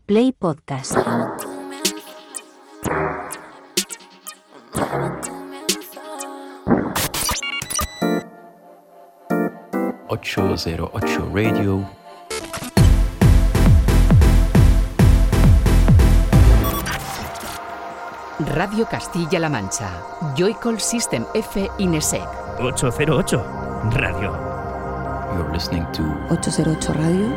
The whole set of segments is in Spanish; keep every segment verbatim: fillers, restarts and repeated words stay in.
Play Podcast. ocho cero ocho Radio. Radio Castilla-La Mancha. Joycall System F Inesec. ocho cero ocho Radio. You're listening to ocho cero ocho Radio.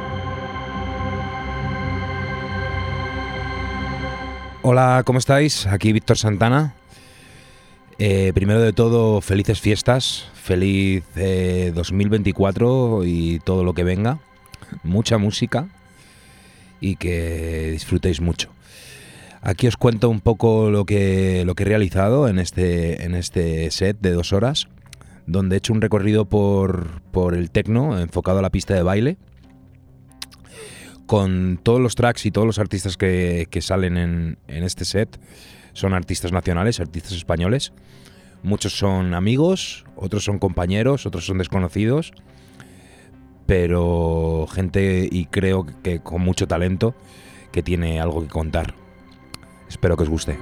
Hola, ¿cómo estáis? Aquí Víctor Santana. Eh, primero de todo, felices fiestas, feliz eh, dos mil veinticuatro y todo lo que venga. Mucha música y que disfrutéis mucho. Aquí os cuento un poco lo que, lo que he realizado en este, en este set de dos horas, donde he hecho un recorrido por, por el techno enfocado a la pista de baile, con todos los tracks y todos los artistas que, que salen en, en este set. Son artistas nacionales, artistas españoles. Muchos son amigos, otros son compañeros, otros son desconocidos, pero gente, y creo que con mucho talento, que tiene algo que contar. Espero que os guste.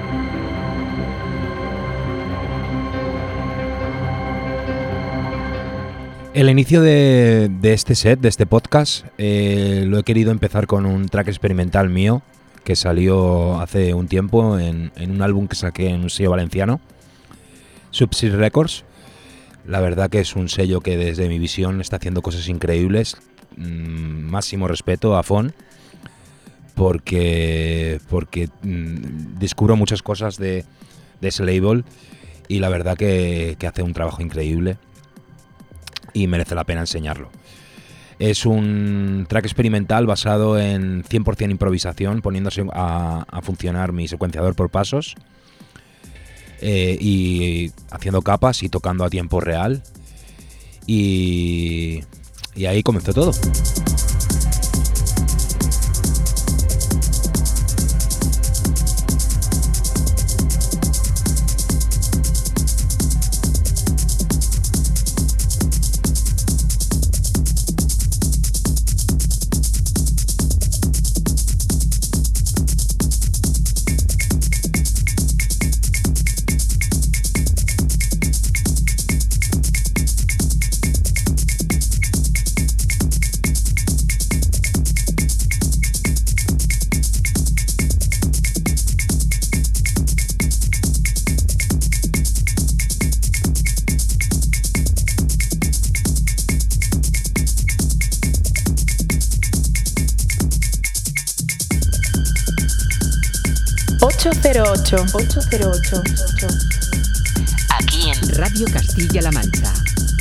El inicio de, de este set, de este podcast, eh, lo he querido empezar con un track experimental mío que salió hace un tiempo en, en un álbum que saqué en un sello valenciano, Subsea Records. La verdad que es un sello que desde mi visión está haciendo cosas increíbles. Mm, máximo respeto a Fon, porque, porque mm, descubro muchas cosas de, de ese label y la verdad que, que hace un trabajo increíble y merece la pena enseñarlo. Es un track experimental basado en cien por ciento improvisación, poniéndose a, a funcionar mi secuenciador por pasos eh, y haciendo capas y tocando a tiempo real. Y, y ahí comenzó todo. ocho cero ocho. ocho cero ocho. Aquí en Radio Castilla-La Mancha.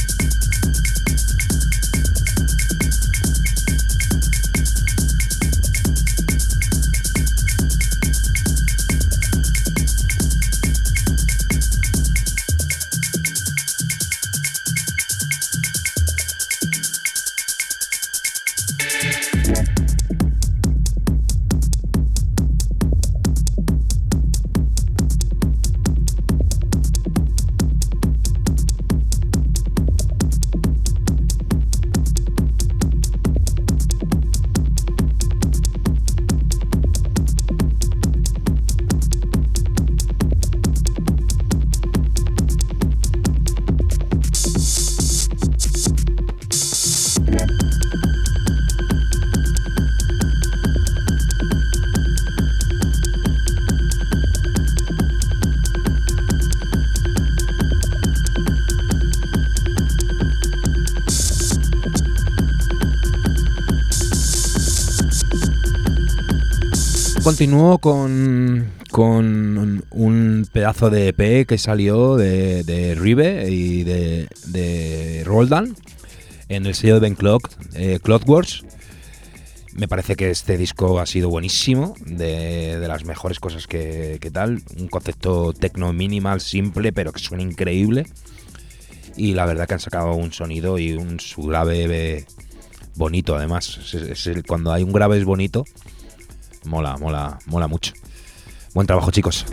Continúo con, con un pedazo de E P que salió de, de Rive y de, de Roldan en el sello de Ben Clock, eh, Clockworks. Me parece que este disco ha sido buenísimo, de, de las mejores cosas que, que tal. Un concepto techno minimal, simple, pero que suena increíble. Y la verdad que han sacado un sonido y un su grave bonito, además. Es, es el, cuando hay un grave es bonito. Mola, mola, mola mucho. Buen trabajo, chicos.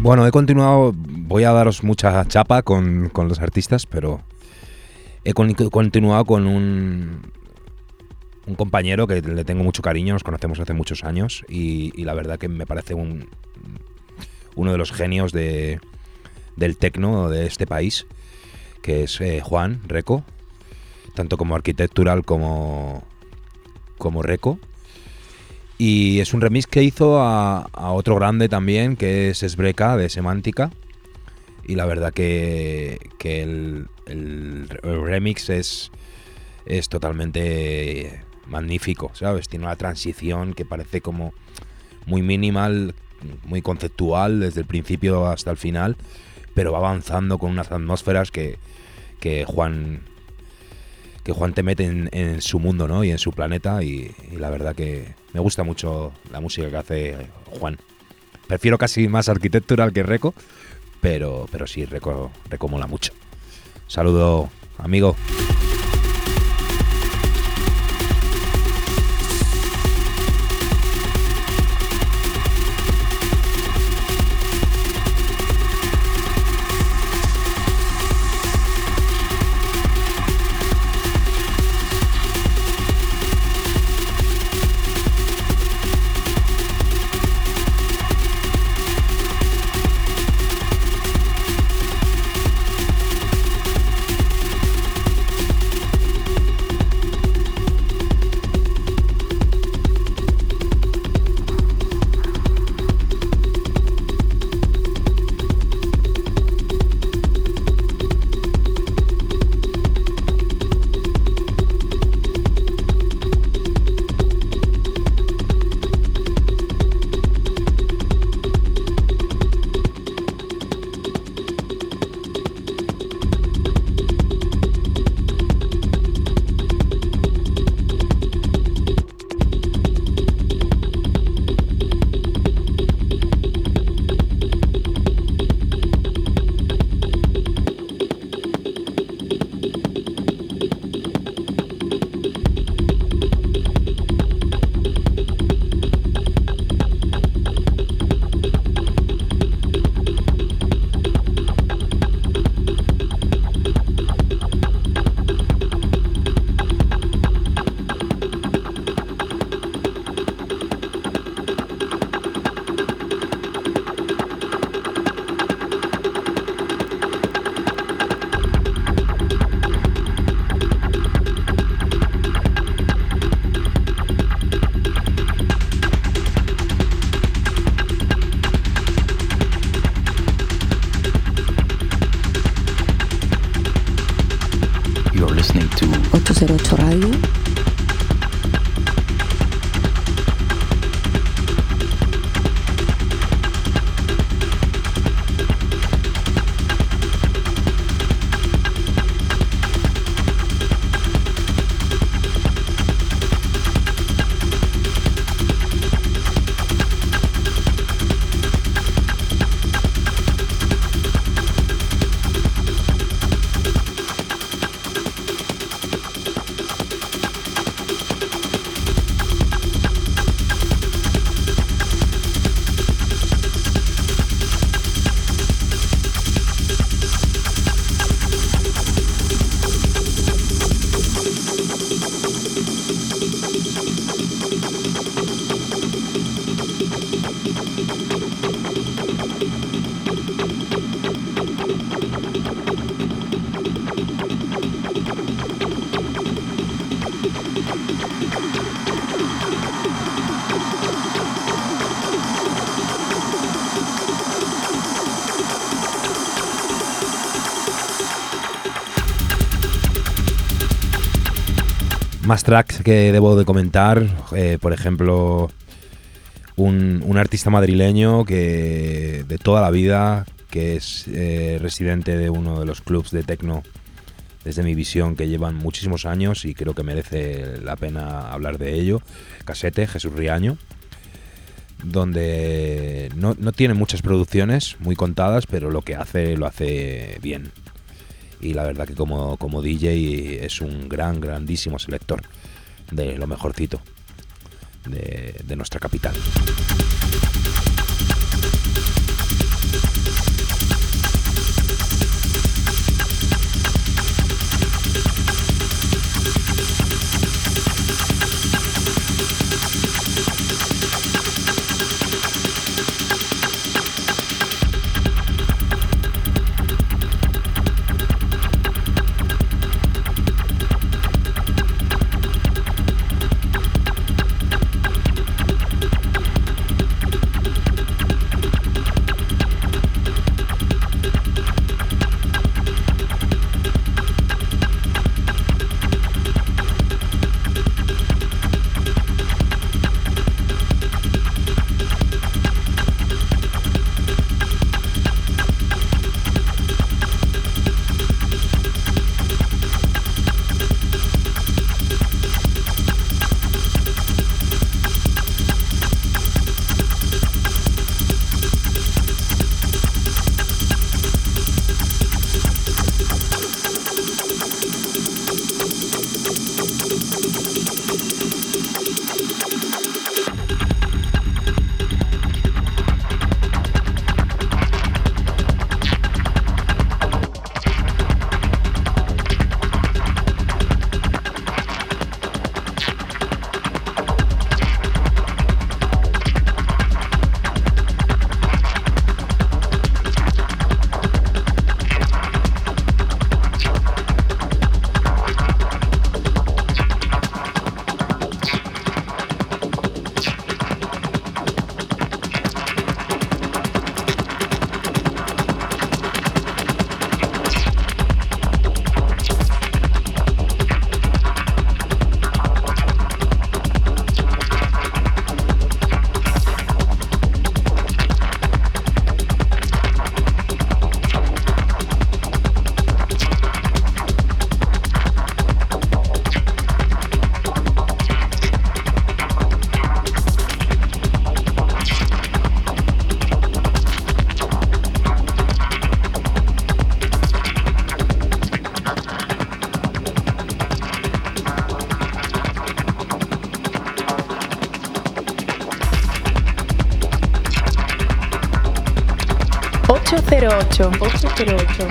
Bueno, he continuado, voy a daros mucha chapa con, con los artistas, pero he con, continuado con un, un compañero que le tengo mucho cariño, nos conocemos hace muchos años y, y la verdad que me parece un, uno de los genios de, del tecno de este país, que es eh, Juan Reco, tanto como arquitectural como, como Reco. Y es un remix que hizo a, a otro grande también, que es Esbreca, de Semántica. Y la verdad que, que el, el, el remix es, es totalmente magnífico, ¿sabes? Tiene una transición que parece como muy minimal, muy conceptual desde el principio hasta el final, pero va avanzando con unas atmósferas que, que Juan... que Juan te mete en, en su mundo, ¿no? Y en su planeta y, y la verdad que me gusta mucho la música que hace Juan. Prefiero casi más arquitectural que Reco, pero, pero sí, Reco, Reco mola mucho. Saludo, amigo. ocho cero ocho Radio. Más tracks que debo de comentar, eh, por ejemplo, un, un artista madrileño que de toda la vida, que es eh, residente de uno de los clubs de techno, desde mi visión, que llevan muchísimos años y creo que merece la pena hablar de ello. Casete, Jesús Riaño, donde no, no tiene muchas producciones muy contadas, pero lo que hace lo hace bien. Y la verdad que como, como D J es un gran, grandísimo selector de lo mejorcito de, de nuestra capital. ocho cero ocho. ocho cero ocho.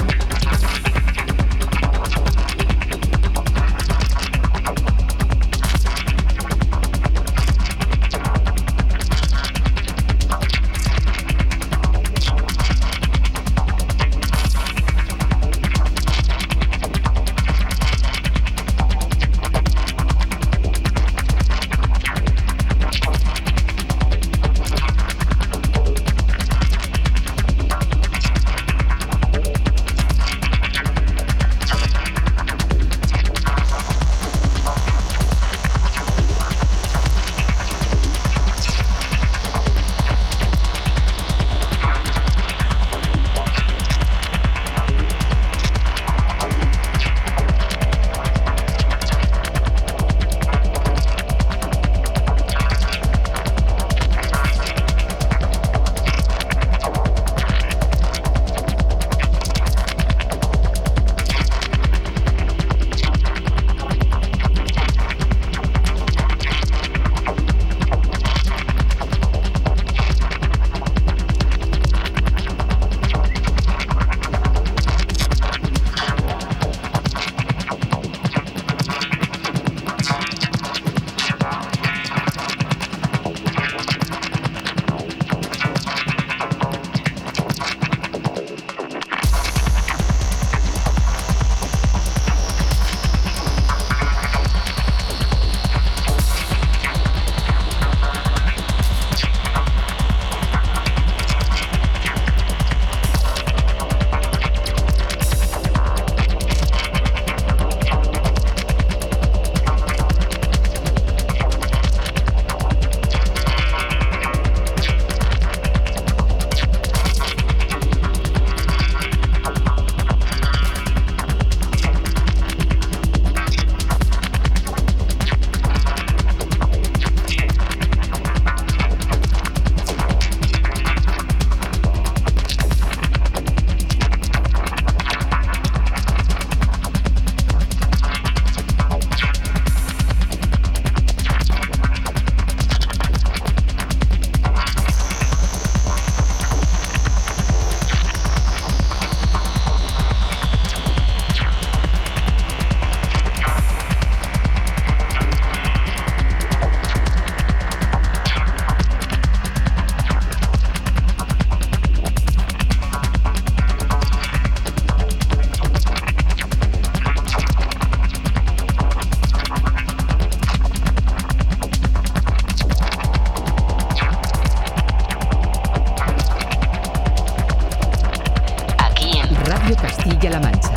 Castilla-La Mancha.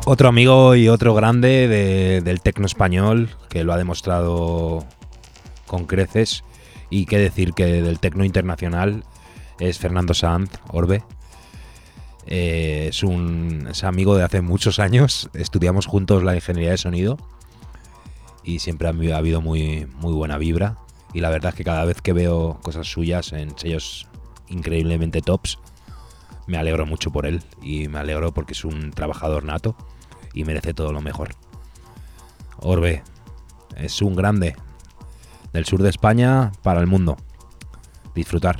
Otro amigo y otro grande de, del tecno español, que lo ha demostrado con creces, y qué decir que del tecno internacional es Fernando Sanz, Orbe. Eh, es un es amigo de hace muchos años, estudiamos juntos la ingeniería de sonido y siempre ha, ha habido muy, muy buena vibra, y la verdad es que cada vez que veo cosas suyas en sellos increíblemente tops, me alegro mucho por él, y me alegro porque es un trabajador nato y merece todo lo mejor. Orbe es un grande del sur de España para el mundo. Disfrutar.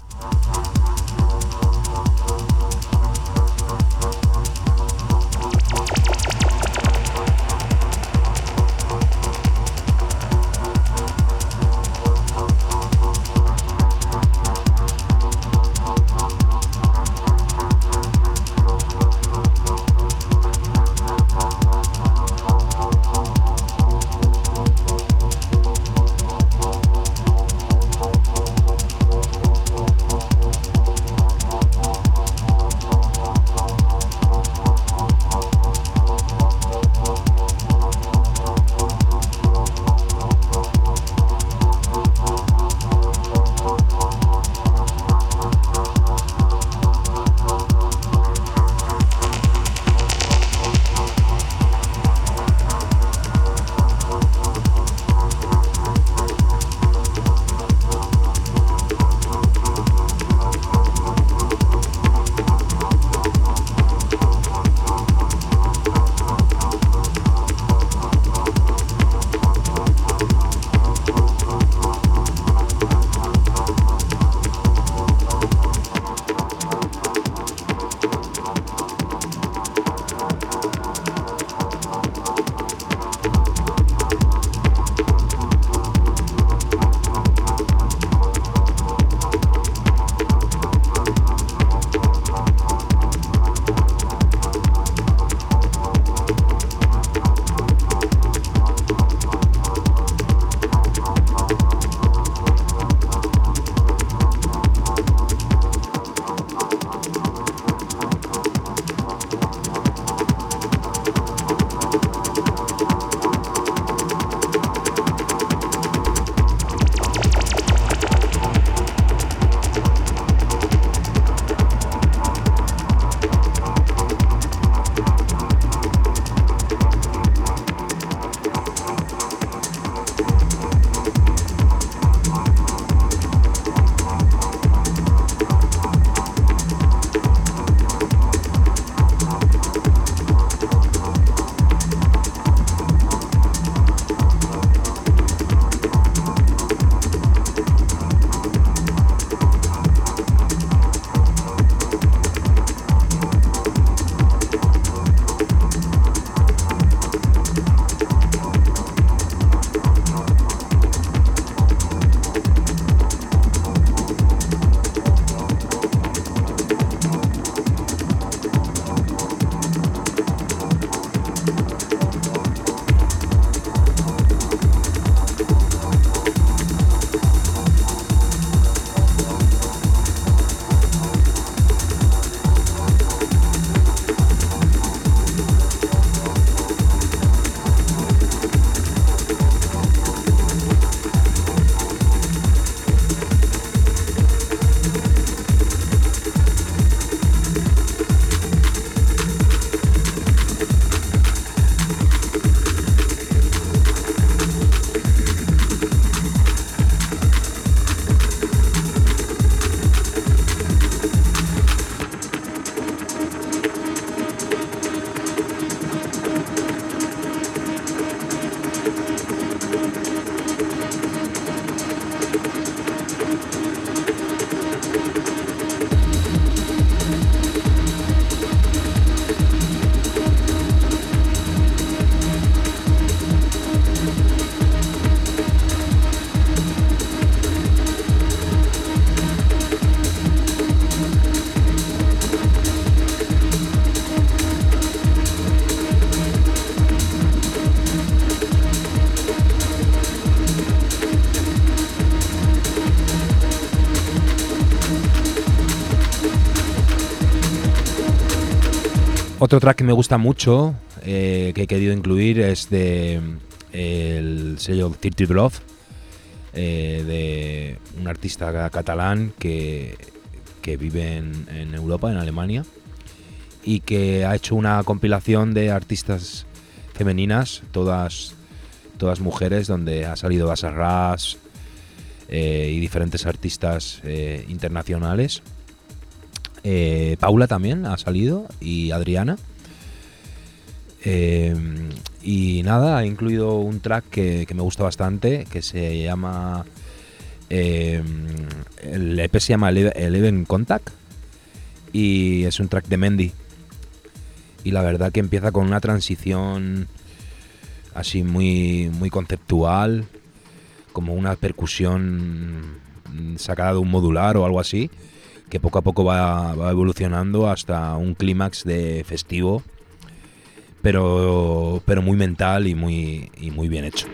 Otro track que me gusta mucho eh, que he querido incluir es de eh, el sello Dirty Love, eh, de un artista catalán que, que vive en, en Europa, en Alemania, y que ha hecho una compilación de artistas femeninas, todas, todas mujeres, donde ha salido Asa Ras eh, y diferentes artistas eh, internacionales. Eh, Paula también ha salido, y Adriana. Eh, y nada, ha incluido un track que, que me gusta bastante, que se llama... Eh, el E P se llama Eleven Contact, y es un track de Mendy. Y la verdad que empieza con una transición así muy, muy conceptual, como una percusión sacada de un modular o algo así, que poco a poco va, va evolucionando hasta un clímax de festivo, pero, pero muy mental y muy, y muy bien hecho.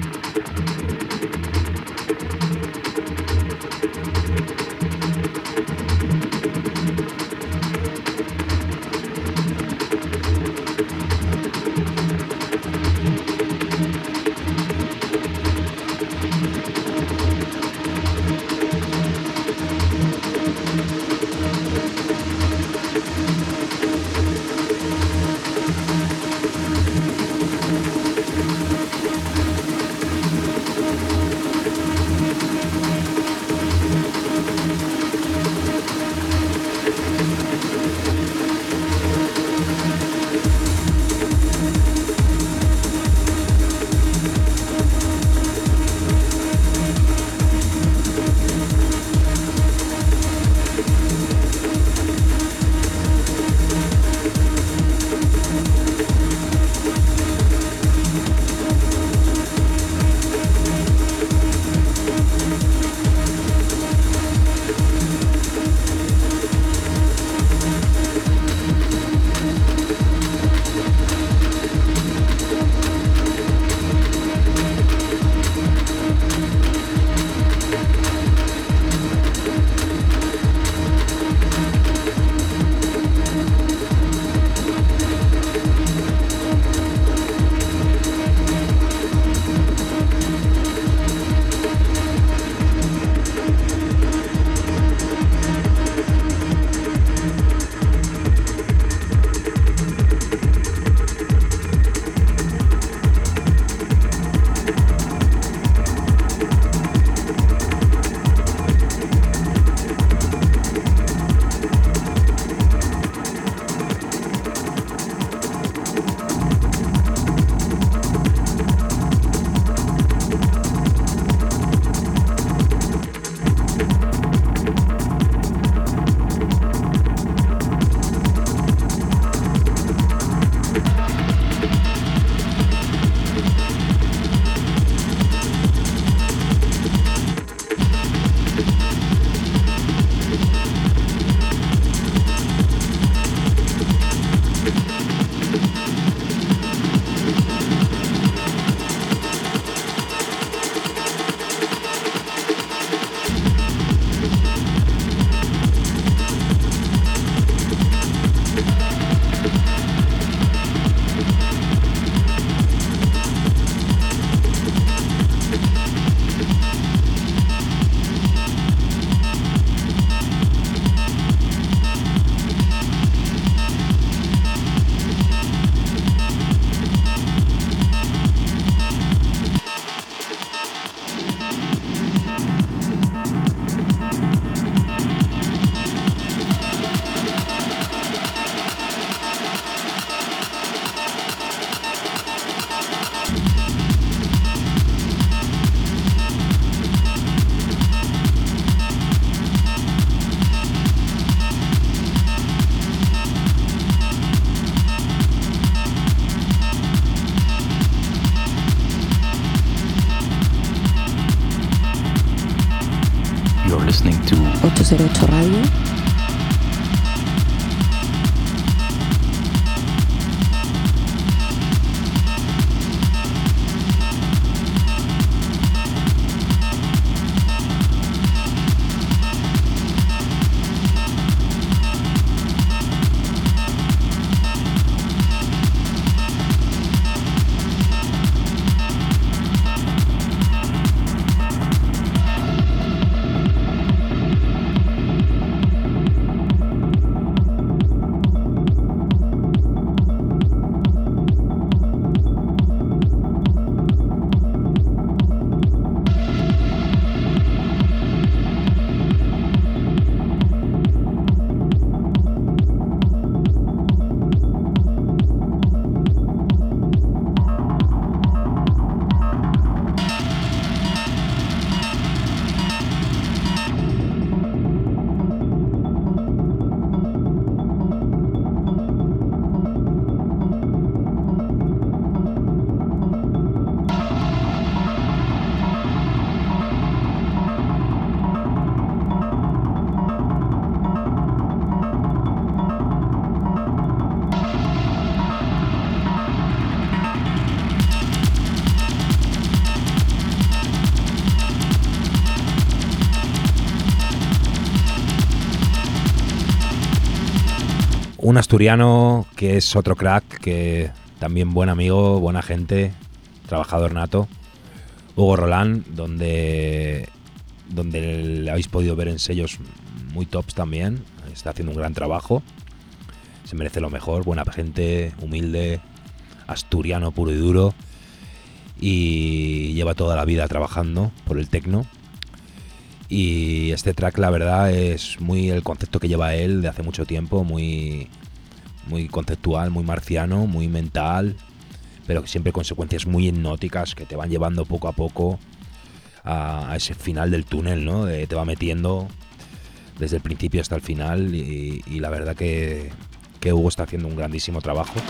listening to ocho cero ocho Radio. un asturiano que es otro crack, que también buen amigo, buena gente, trabajador nato, Hugo Roland, donde, donde le habéis podido ver en sellos muy tops también. Está haciendo un gran trabajo, se merece lo mejor, buena gente, humilde, asturiano puro y duro, y lleva toda la vida trabajando por el techno. Y este track, la verdad, es muy el concepto que lleva él de hace mucho tiempo, muy, muy conceptual, muy marciano, muy mental, pero siempre consecuencias muy hipnóticas que te van llevando poco a poco a, a ese final del túnel, ¿no? De, te va metiendo desde el principio hasta el final, y, y la verdad que, que Hugo está haciendo un grandísimo trabajo.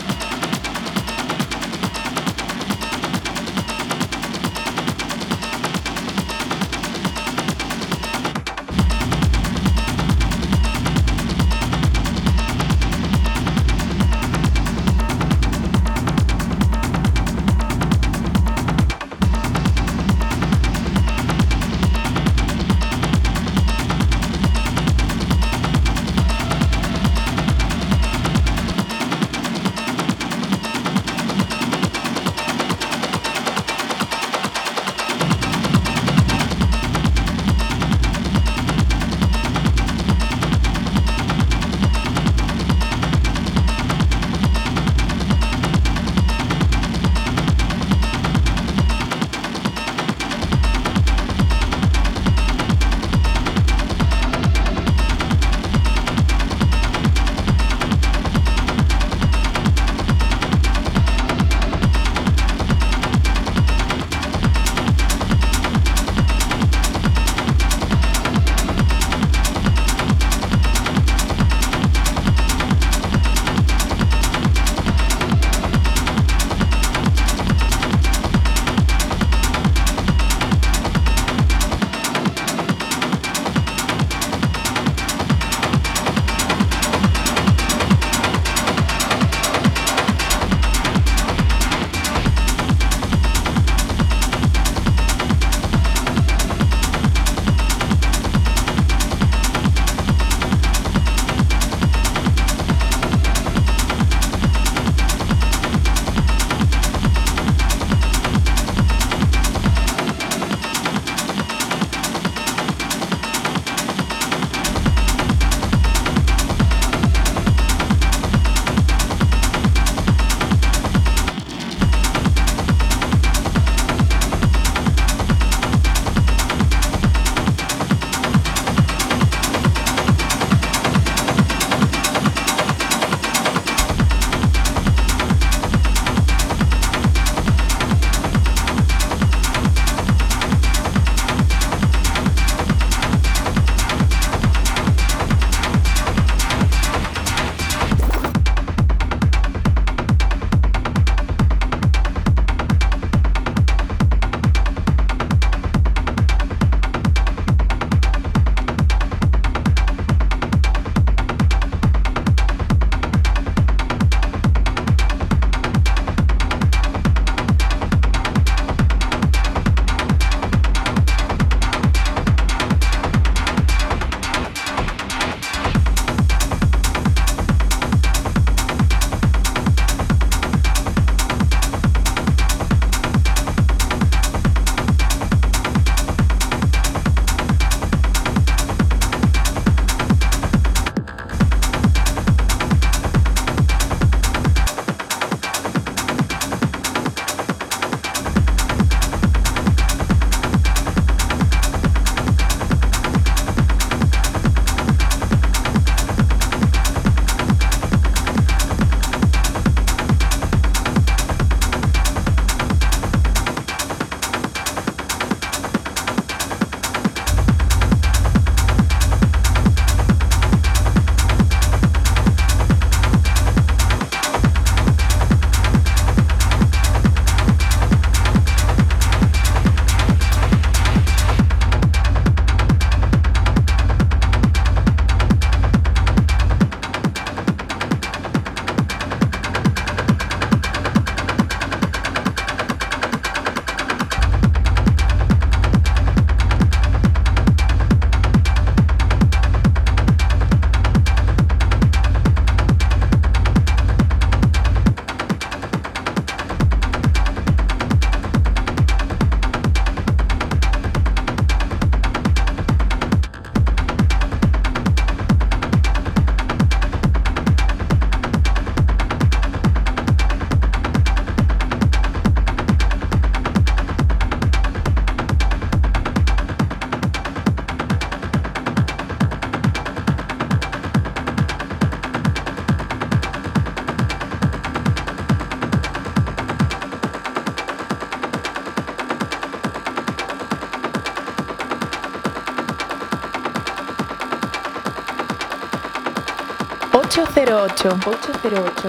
ocho cero ocho. ocho cero ocho.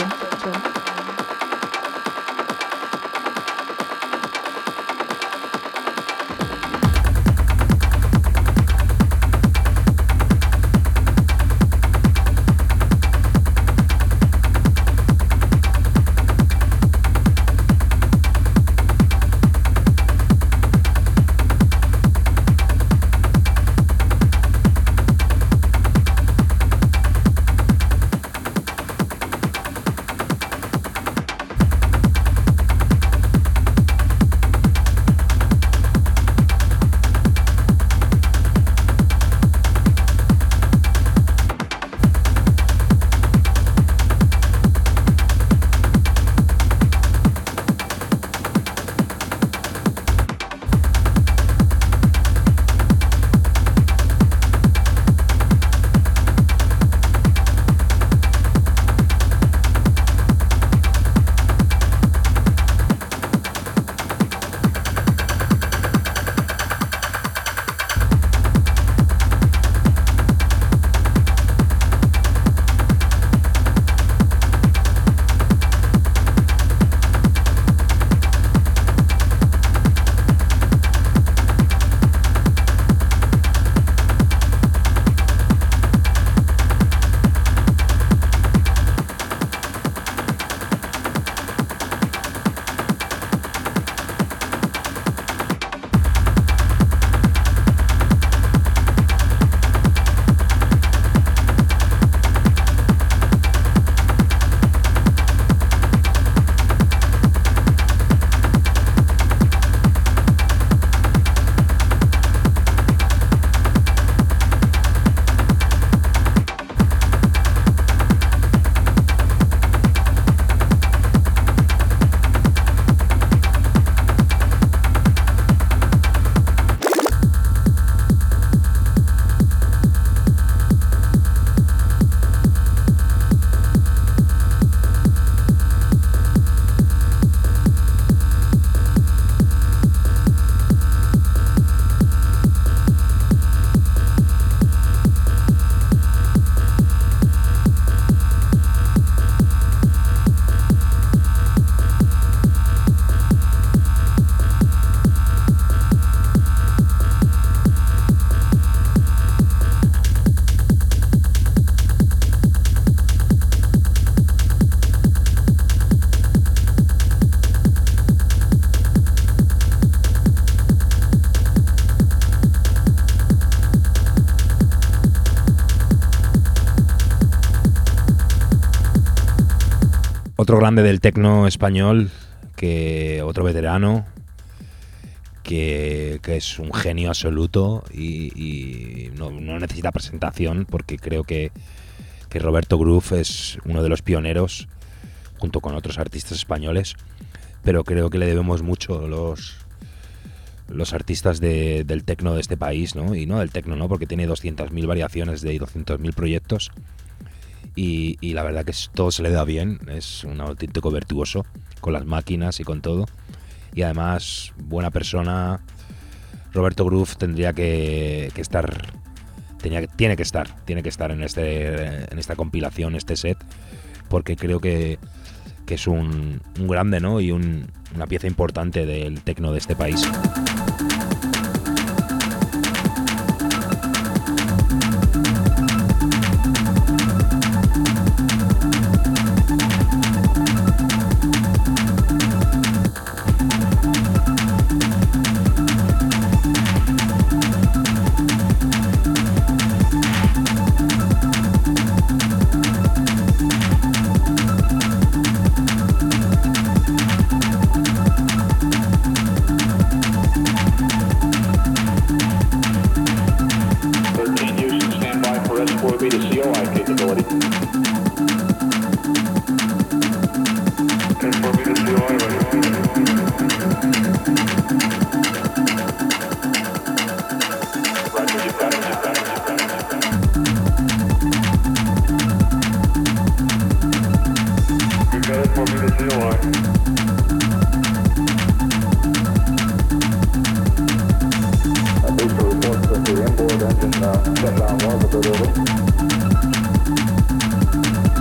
Otro grande del tecno español, que otro veterano, que, que es un genio absoluto y, y no, no necesita presentación, porque creo que, que Roberto Groove es uno de los pioneros junto con otros artistas españoles, pero creo que le debemos mucho los, los artistas de, del tecno de este país, ¿no? Y no del tecno, ¿no? Porque tiene doscientas mil variaciones de doscientos mil proyectos. Y, y la verdad que es, todo se le da bien, es un auténtico virtuoso con las máquinas y con todo, y además buena persona. Roberto Groove tendría que, que estar, tenía, tiene que estar, tiene que estar en este, en esta compilación, este set, porque creo que, que es un, un grande, ¿no? Y un, una pieza importante del tecno de este país. Shut down was a bit early.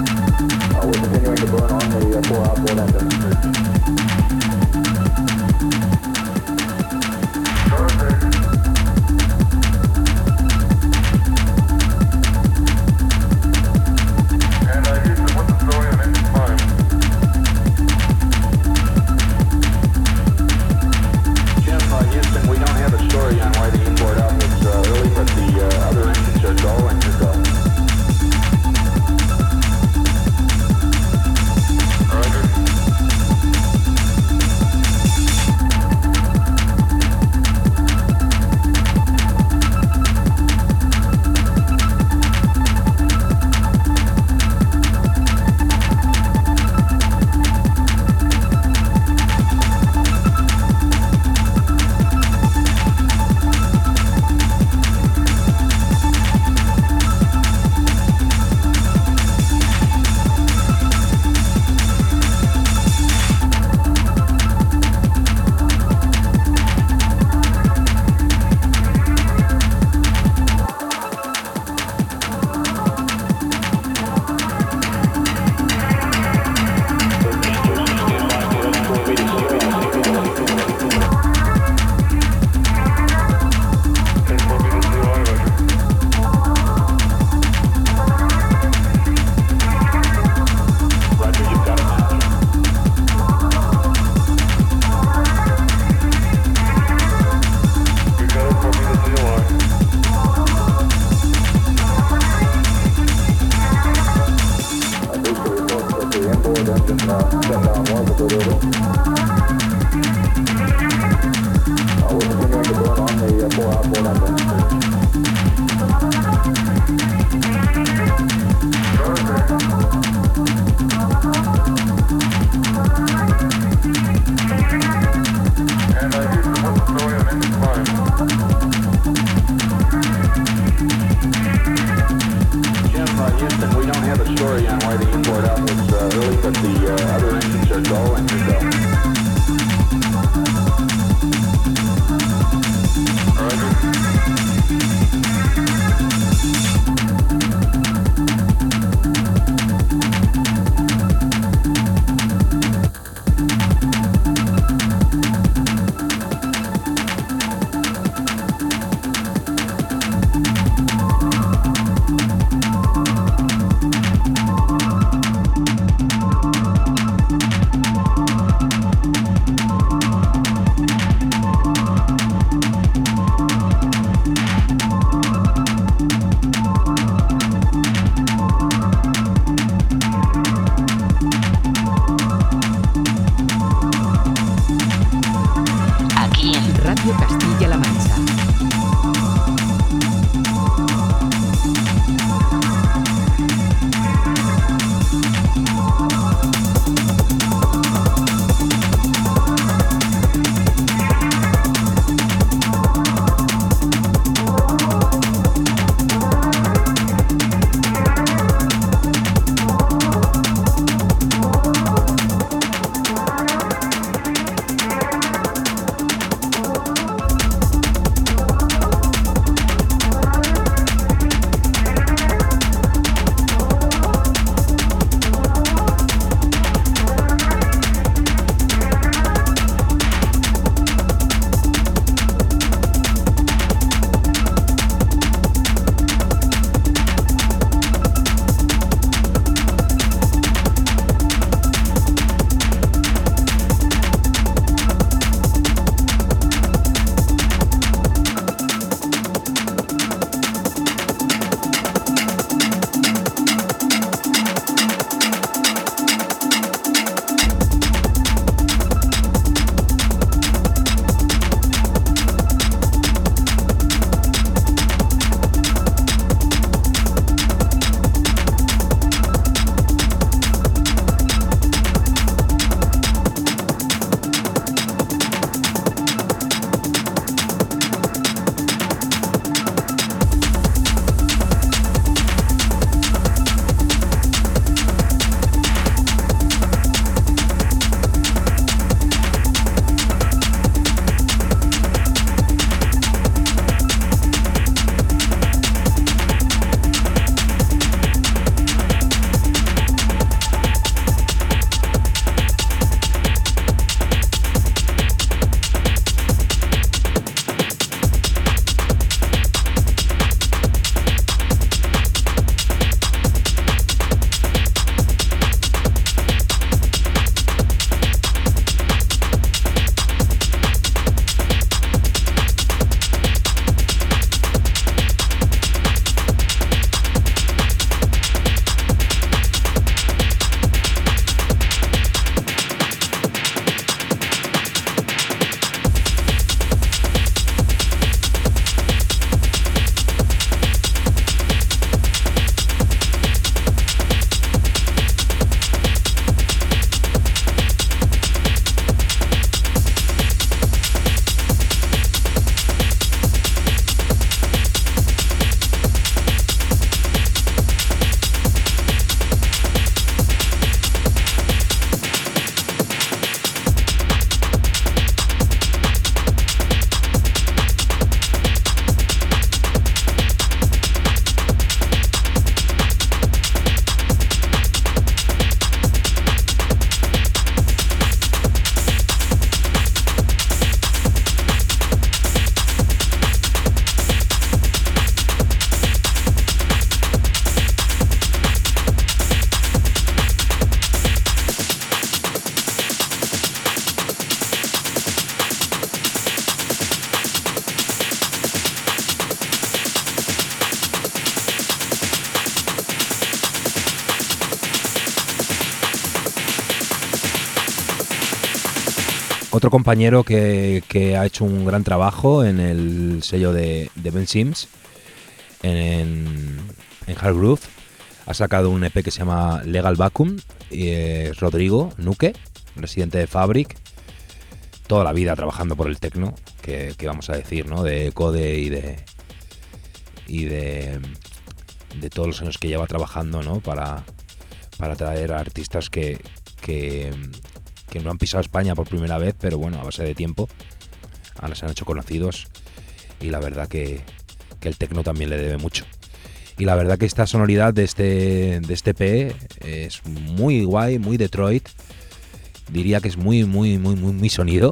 otro compañero que, que ha hecho un gran trabajo en el sello de, de Ben Sims, en, en Hard Groove. Ha sacado un E P que se llama Legal Vacuum, y es Rodrigo Nuque, residente de Fabric, toda la vida trabajando por el techno, que, que vamos a decir, ¿no? De Code y de y de, de todos los años que lleva trabajando, ¿no? Para, para traer a artistas que, que, que no han pisado España por primera vez, pero bueno, a base de tiempo, ahora se han hecho conocidos, y la verdad que, que el techno también le debe mucho. Y la verdad que esta sonoridad de este, de este E P es muy guay, muy Detroit. Diría que es muy, muy, muy, muy mi sonido.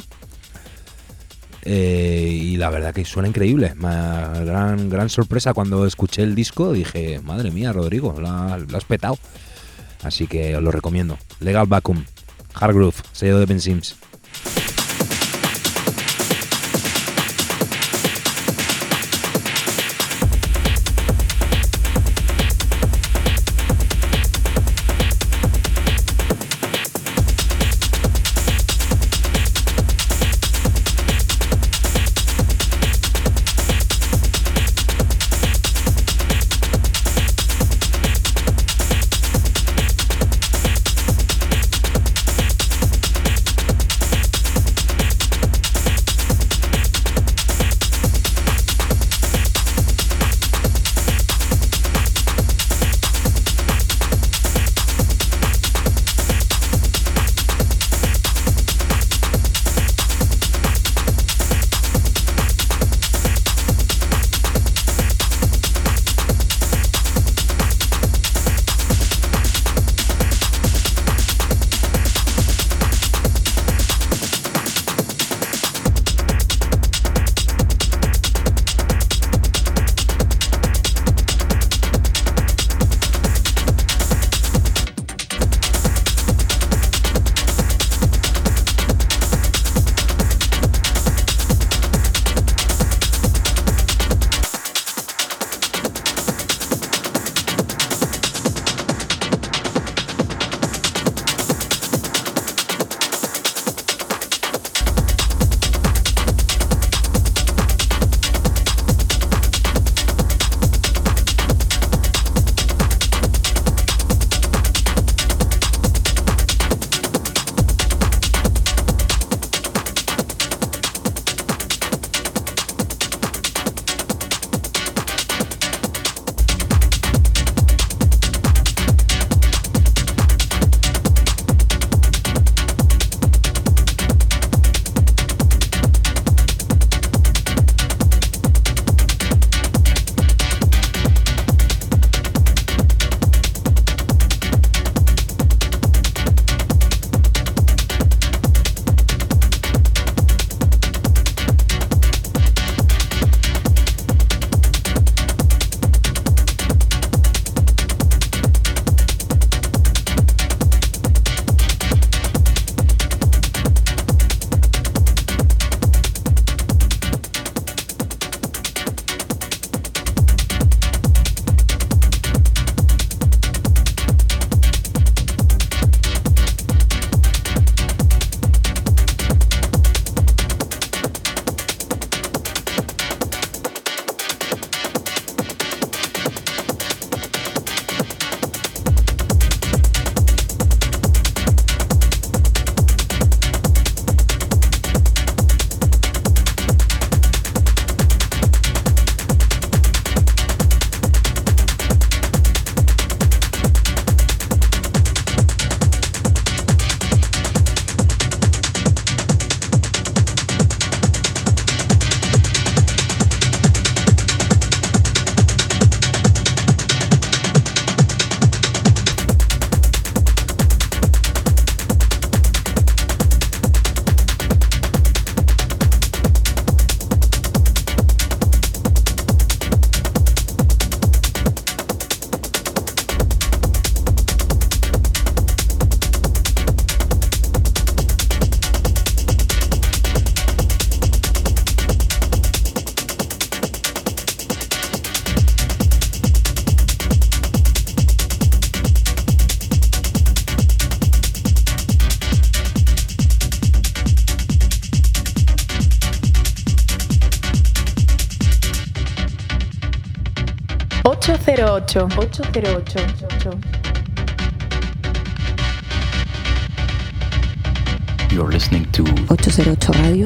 Eh, y la verdad que suena increíble. Ma, gran, gran sorpresa cuando escuché el disco. Dije, madre mía, Rodrigo, la, la has petado. Así que os lo recomiendo. Legal Vacuum, Hard Groove, sello de Ben Sims. cero ocho. ocho cero ocho. You're listening to ocho cero ocho Radio.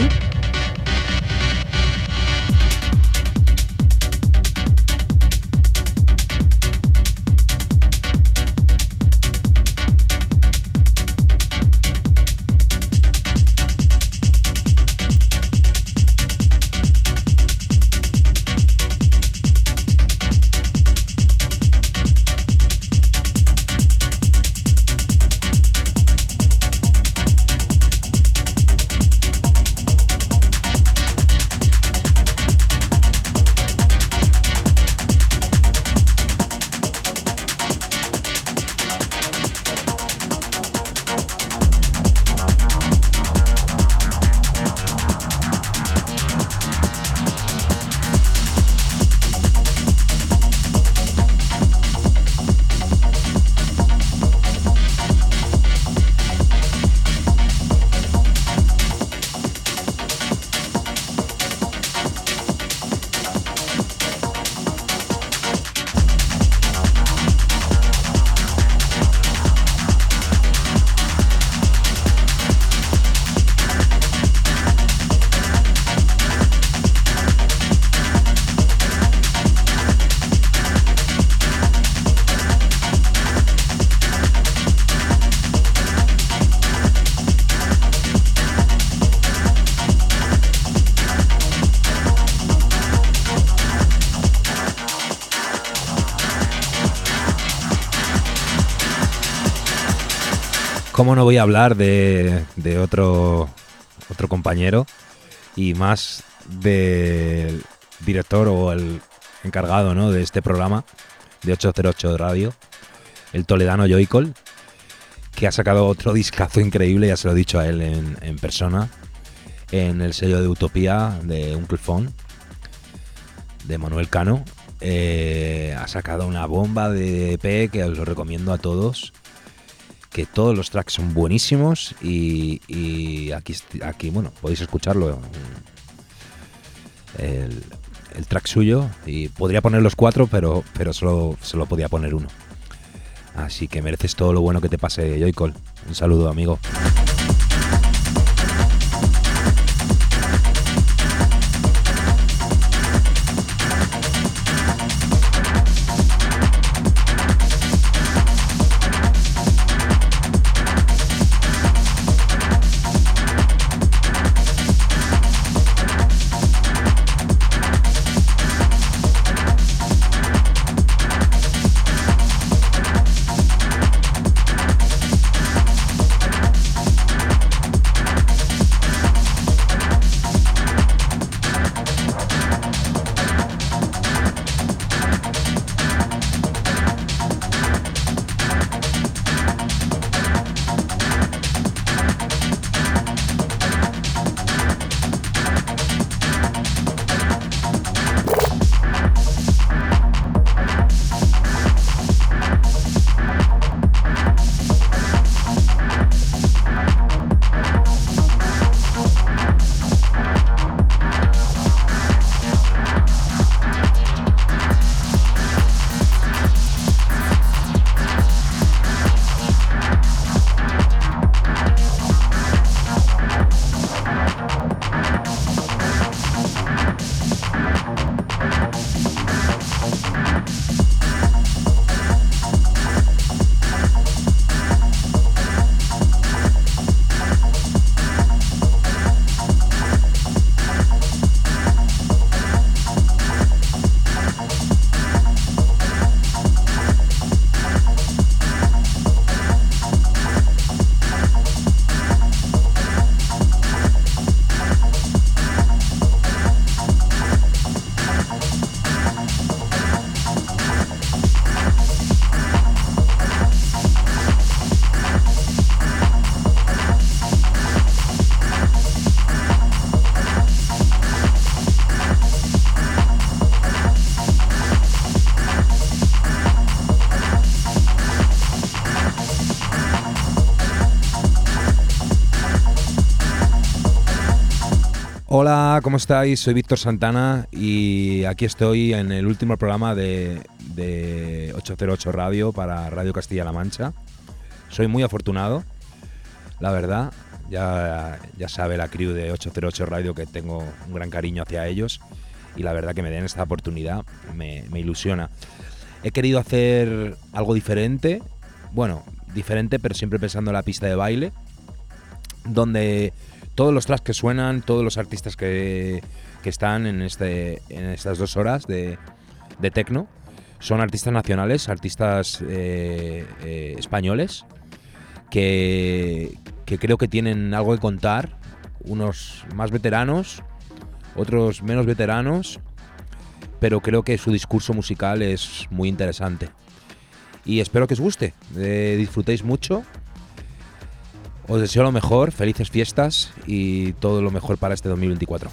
¿Cómo no voy a hablar de, de otro, otro compañero y más del director o el encargado, ¿no?, de este programa de ocho cero ocho Radio, el toledano Joycol, que ha sacado otro discazo increíble, ya se lo he dicho a él en, en persona, en el sello de Utopía de Uncle Fon, de Manuel Cano. Eh, ha sacado una bomba de E P que os lo recomiendo a todos, que todos los tracks son buenísimos y, y aquí, aquí, bueno, podéis escucharlo, el, el track suyo, y podría poner los cuatro, pero, pero solo, solo podía poner uno. Así que mereces todo lo bueno que te pase, Joycol. Un saludo, amigo. Hola, ¿cómo estáis? Soy Víctor Santana y aquí estoy en el último programa de, de ocho cero ocho Radio para Radio Castilla-La Mancha. Soy muy afortunado, la verdad. Ya, ya sabe la crew de ocho cero ocho Radio que tengo un gran cariño hacia ellos y la verdad que me den esta oportunidad me, me ilusiona. He querido hacer algo diferente, bueno, diferente pero siempre pensando en la pista de baile, donde todos los tracks que suenan, todos los artistas que, que están en, este, en estas dos horas de, de techno, son artistas nacionales, artistas eh, eh, españoles, que, que creo que tienen algo que contar, unos más veteranos, otros menos veteranos, pero creo que su discurso musical es muy interesante. Y espero que os guste, eh, disfrutéis mucho. Os deseo lo mejor, felices fiestas y todo lo mejor para este dos mil veinticuatro.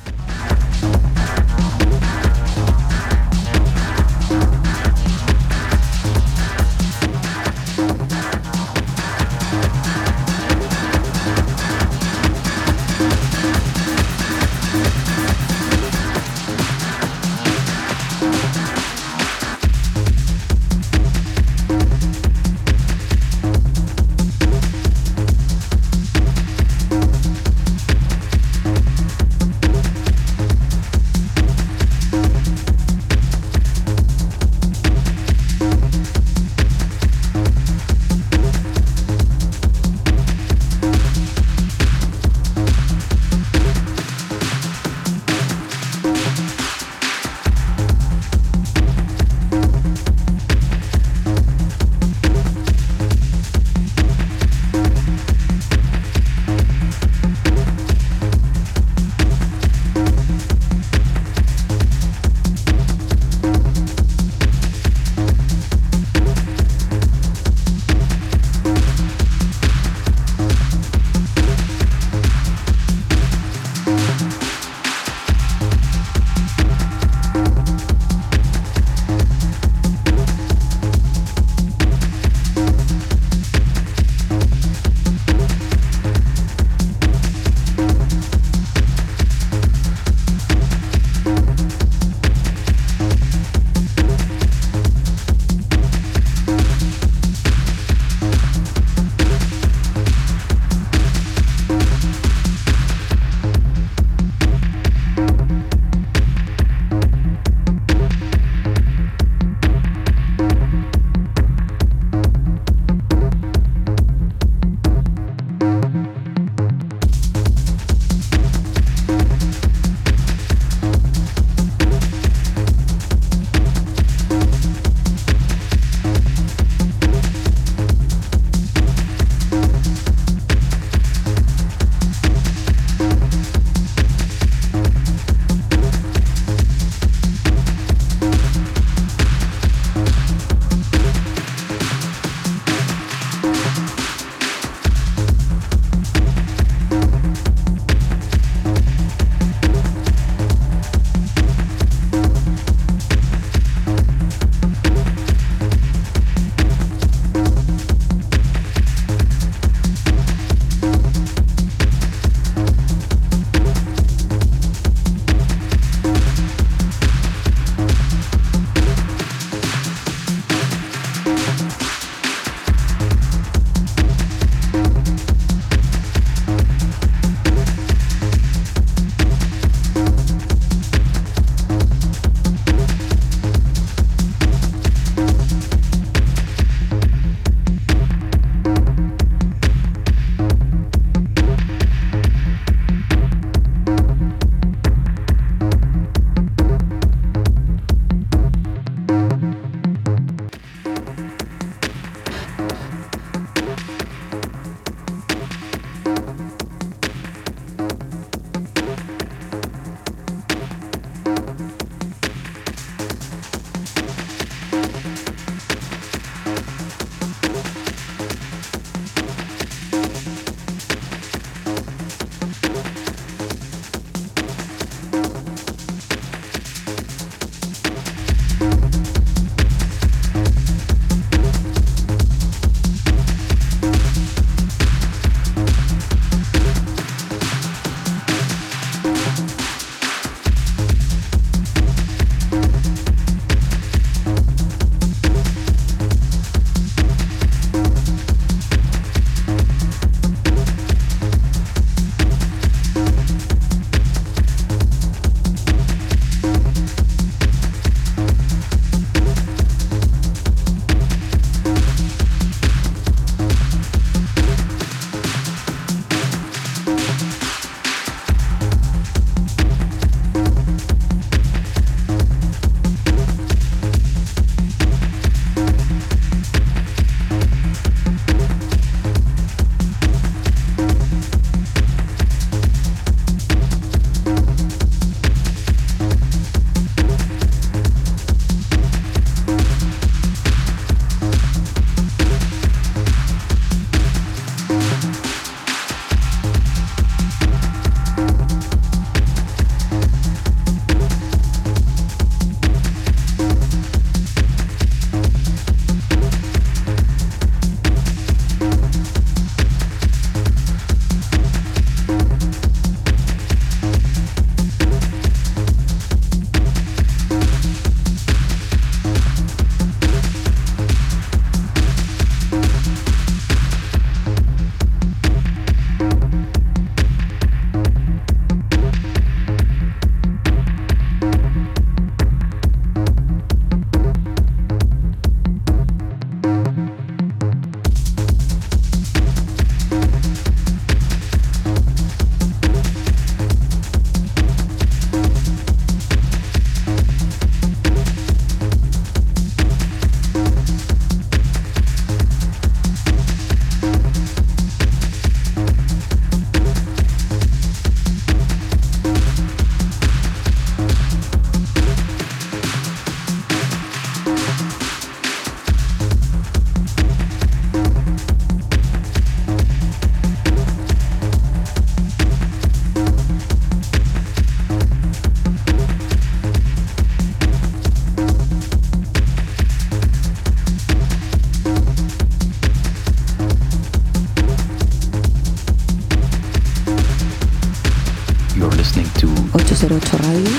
cero ocho Radio.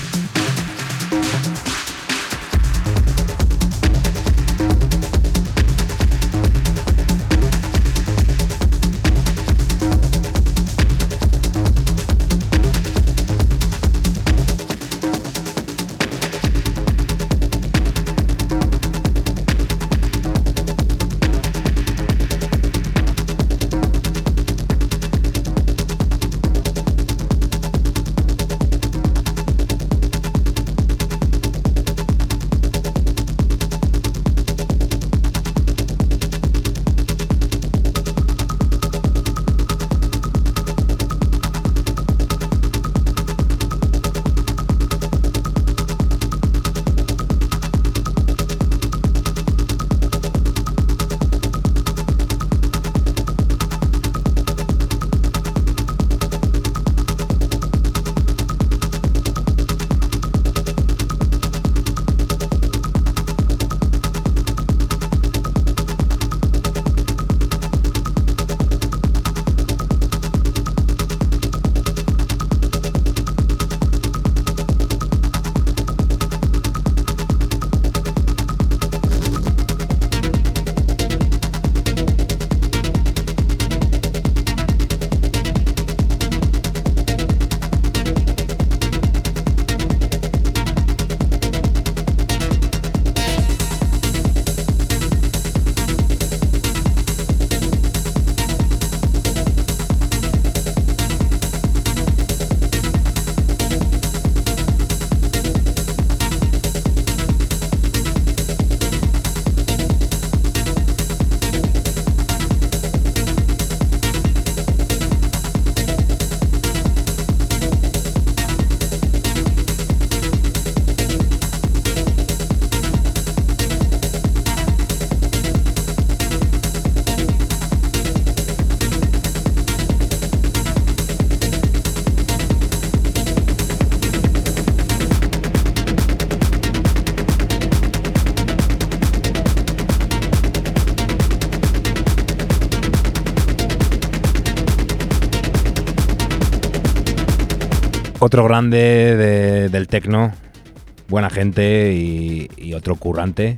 Otro grande de, del techno, buena gente y, y otro currante,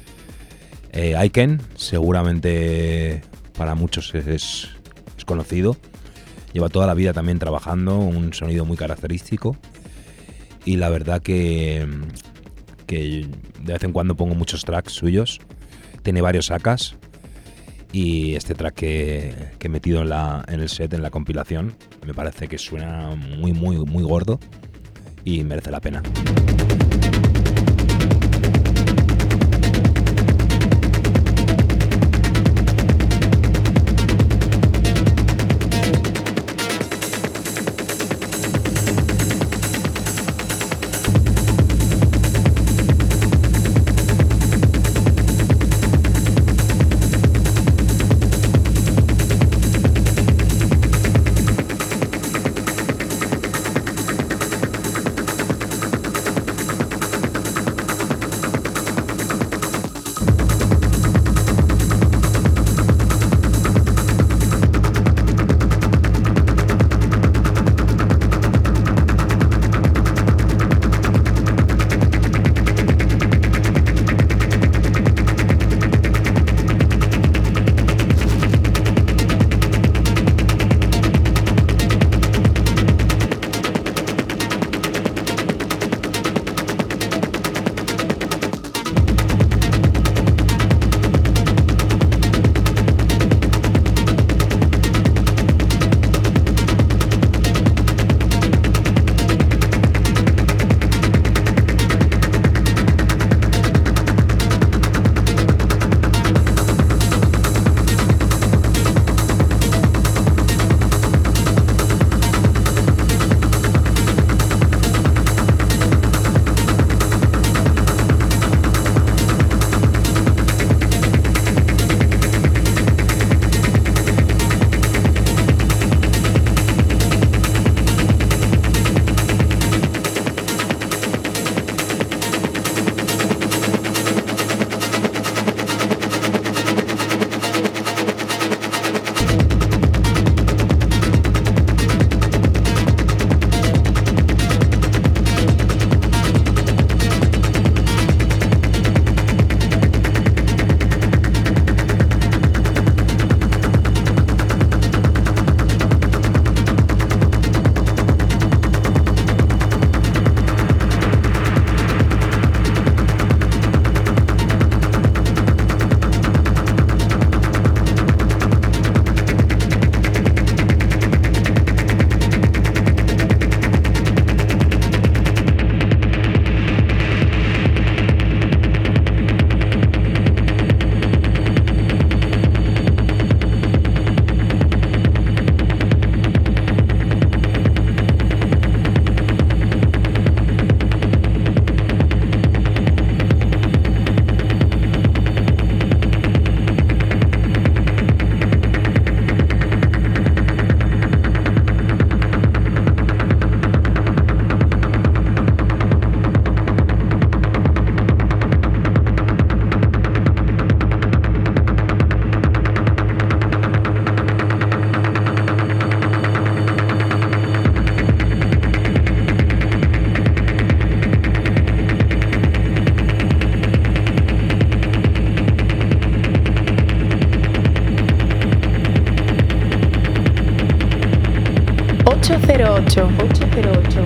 eh, Aiken, seguramente para muchos es, es conocido, lleva toda la vida también trabajando, un sonido muy característico y la verdad que, que de vez en cuando pongo muchos tracks suyos, tiene varios sacas y este track que, que he metido en, la, en el set, en la compilación, me parece que suena muy, muy, muy gordo y merece la pena. ocho cero ocho. ocho cero ocho.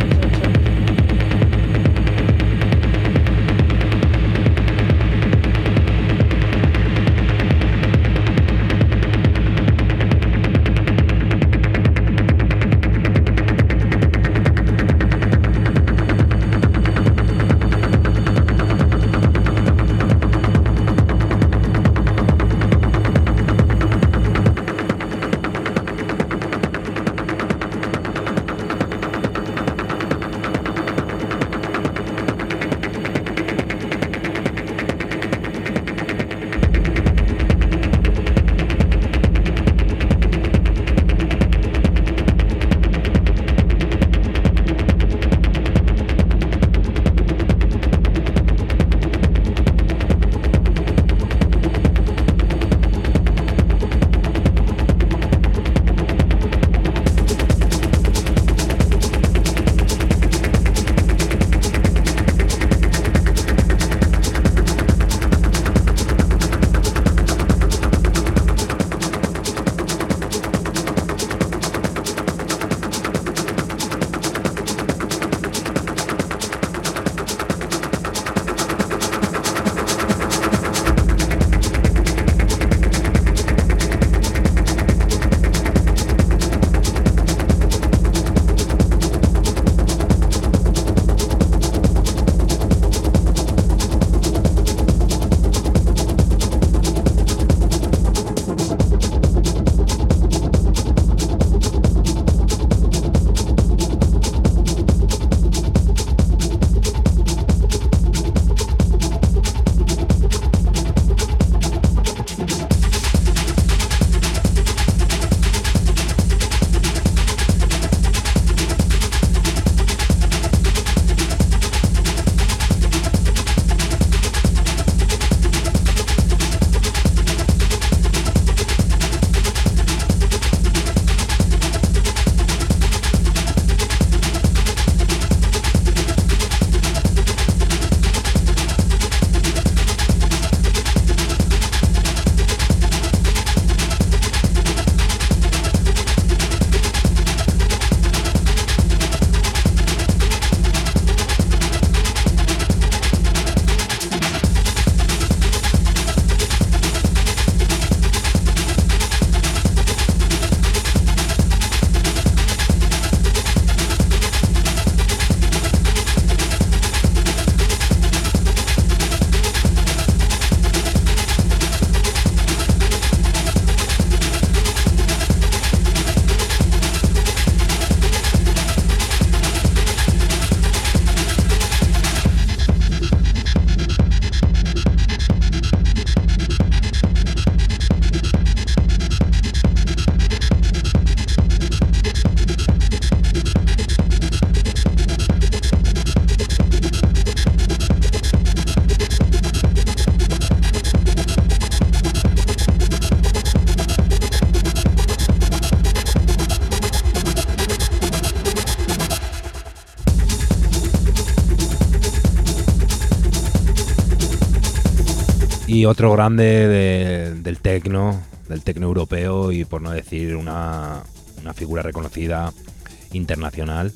Y otro grande de, del tecno, del tecno europeo y por no decir una, una figura reconocida internacional,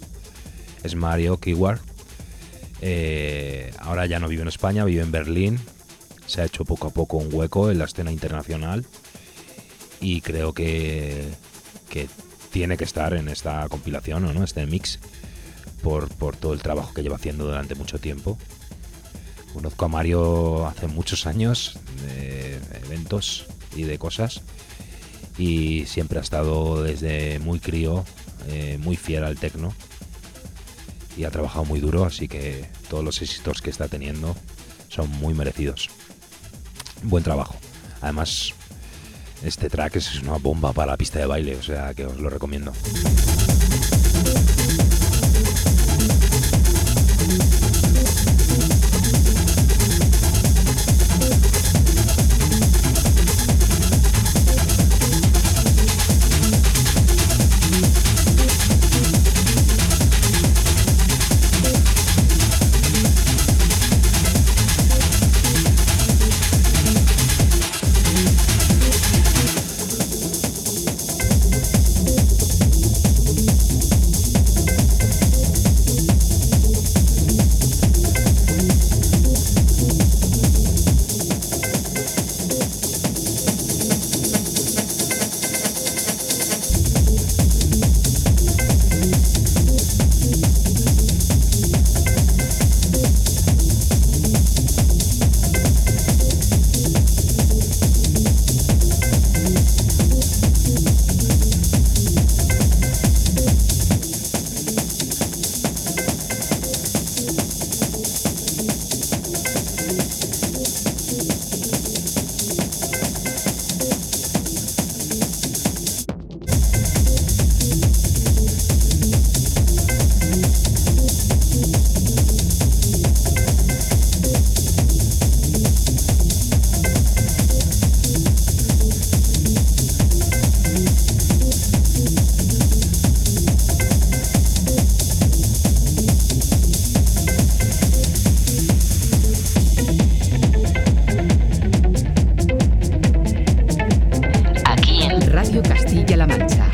es Mario Keyworth. Eh, ahora ya no vive en España, vive en Berlín. Se ha hecho poco a poco un hueco en la escena internacional y creo que, que tiene que estar en esta compilación, ¿no? Este mix, por, por todo el trabajo que lleva haciendo durante mucho tiempo. Conozco a Mario hace muchos años, de eventos y de cosas, y siempre ha estado desde muy crío, eh, muy fiel al techno, y ha trabajado muy duro, así que todos los éxitos que está teniendo son muy merecidos. Buen trabajo. Además, este track es una bomba para la pista de baile, o sea que os lo recomiendo. Radio Castilla-La Mancha.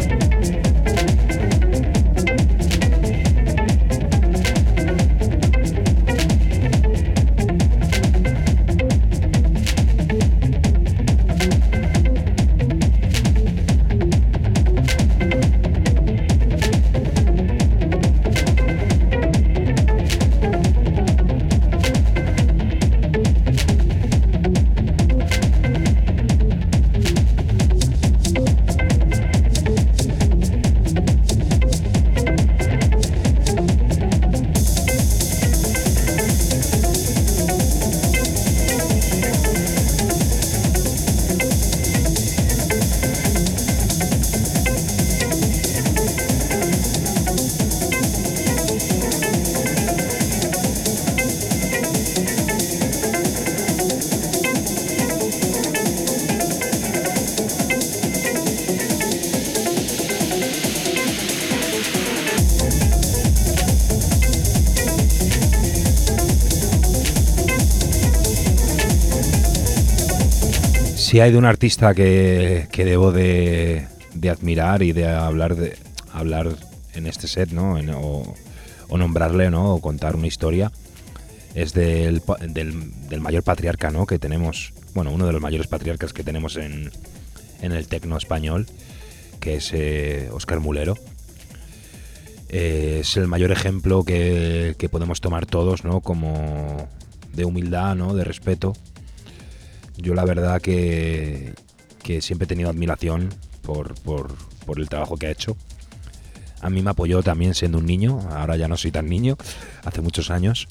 Si hay de un artista que, que debo de, de admirar y de hablar de hablar en este set, ¿no? En, o, o nombrarle, ¿no? O contar una historia, es del, del, del mayor patriarca, ¿no? Que tenemos, bueno, uno de los mayores patriarcas que tenemos en, en el tecno español, que es eh, Óscar Mulero. Eh, es el mayor ejemplo que, que podemos tomar todos, ¿no? Como de humildad, ¿no? De respeto. Yo la verdad que, que siempre he tenido admiración por, por, por el trabajo que ha hecho. A mí me apoyó también siendo un niño, ahora ya no soy tan niño, hace muchos años.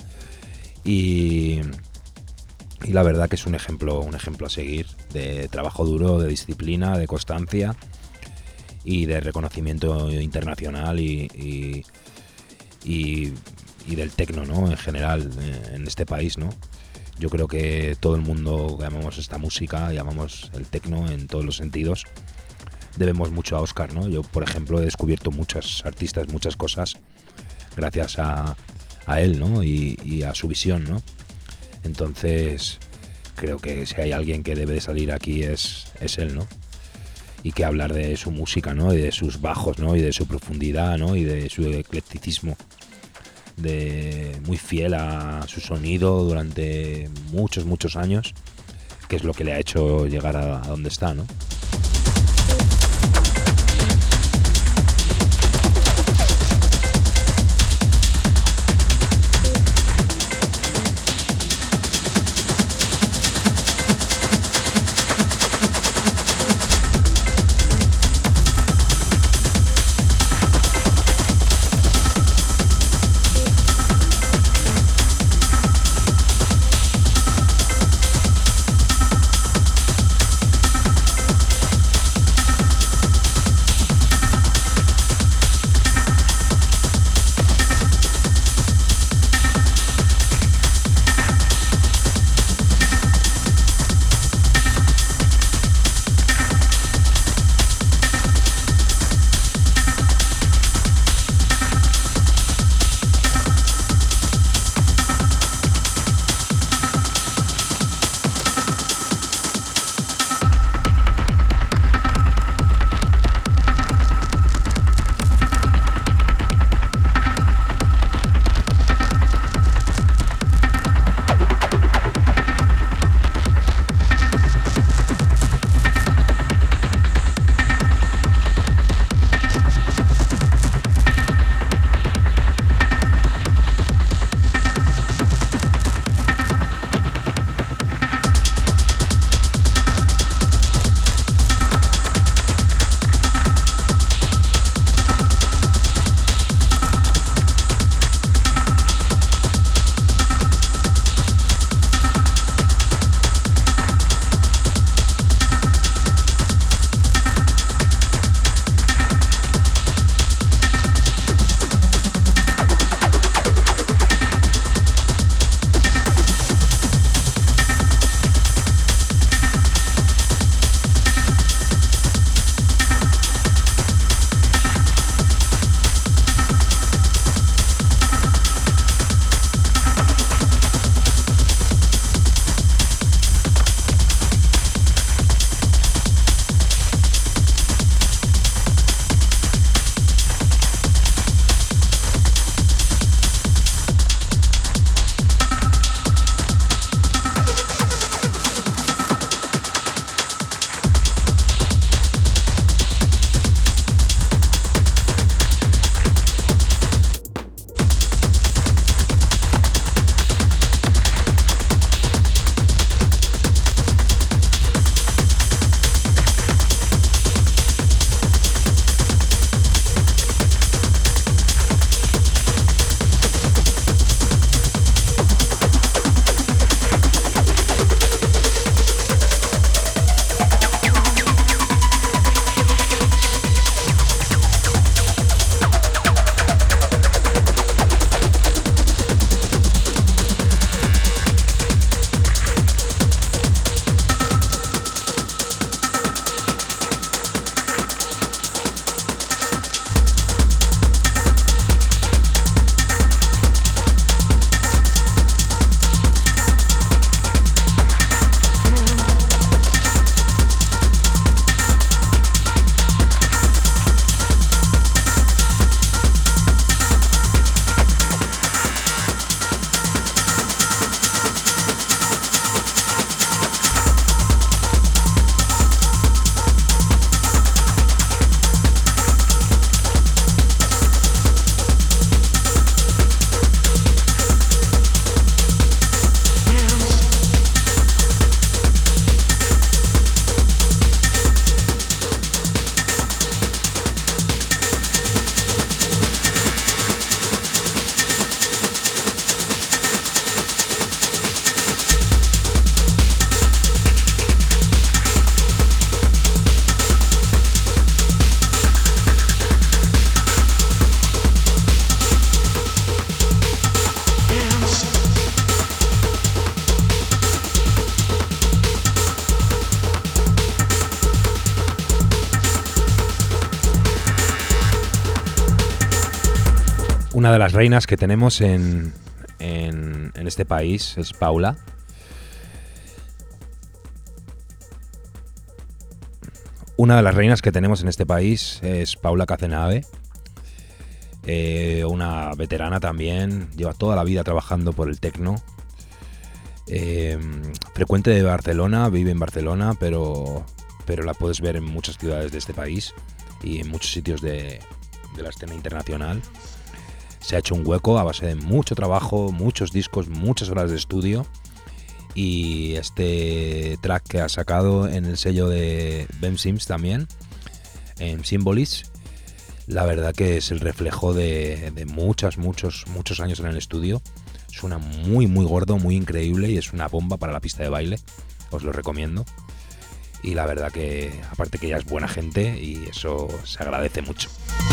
Y, y la verdad que es un ejemplo, un ejemplo a seguir de trabajo duro, de disciplina, de constancia y de reconocimiento internacional y, y, y, y del tecno, ¿no? En general, en este país, ¿no? Yo creo que todo el mundo que amamos esta música, llamamos el tecno en todos los sentidos, debemos mucho a Óscar, ¿no? Yo, por ejemplo, he descubierto muchos artistas, muchas cosas gracias a, a él, ¿no? Y, y a su visión, ¿no? Entonces, creo que si hay alguien que debe de salir aquí es, es él, ¿no? Y que hablar de su música, ¿no? Y de sus bajos, ¿no? Y de su profundidad, ¿no? Y de su eclecticismo. De muy fiel a su sonido durante muchos, muchos años, que es lo que le ha hecho llegar a, a donde está, ¿no? una de las reinas que tenemos en, en, en este país es Paula. Una de las reinas que tenemos en este país es Paula Cazenave, eh, una veterana también, lleva toda la vida trabajando por el techno. Eh, frecuente de Barcelona, vive en Barcelona, pero, pero la puedes ver en muchas ciudades de este país y en muchos sitios de, de la escena internacional. Se ha hecho un hueco a base de mucho trabajo, muchos discos, muchas horas de estudio, y este track que ha sacado en el sello de Ben Sims también, en Symbolis, la verdad que es el reflejo de, de muchos, muchos, muchos años en el estudio. Suena muy, muy gordo, muy increíble y es una bomba para la pista de baile. Os lo recomiendo. Y la verdad que, aparte que ella es buena gente y eso se agradece mucho.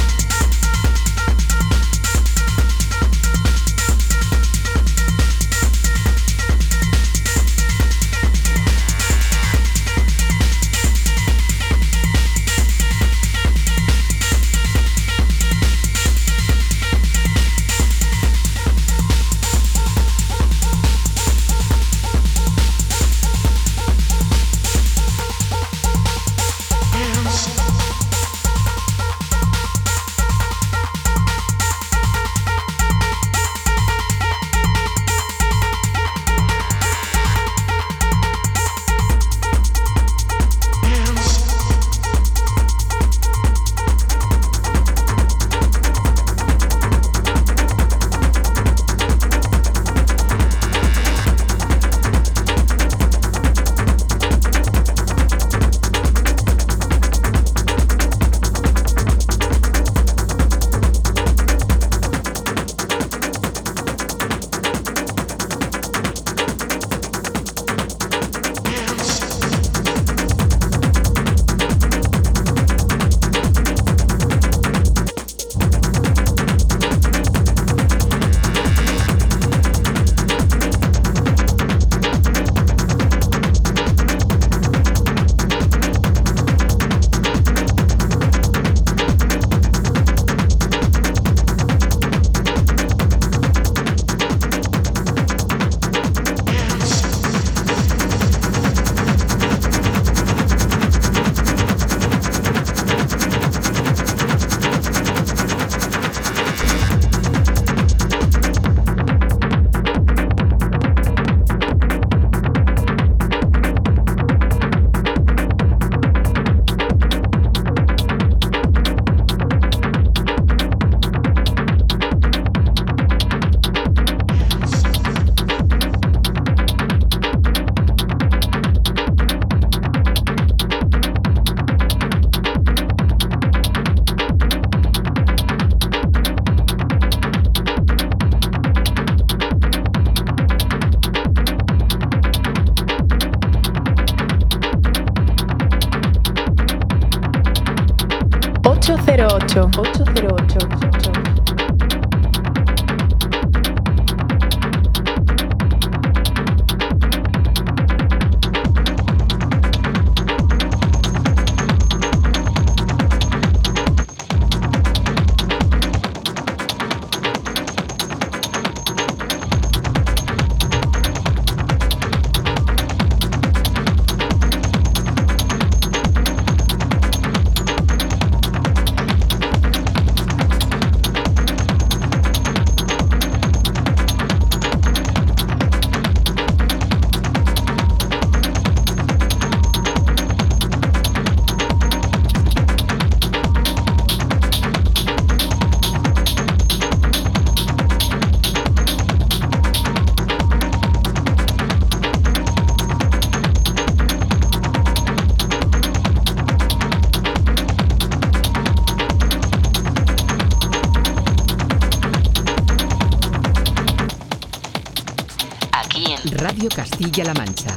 ocho cero ocho. ocho cero ocho. Radio Castilla-La Mancha.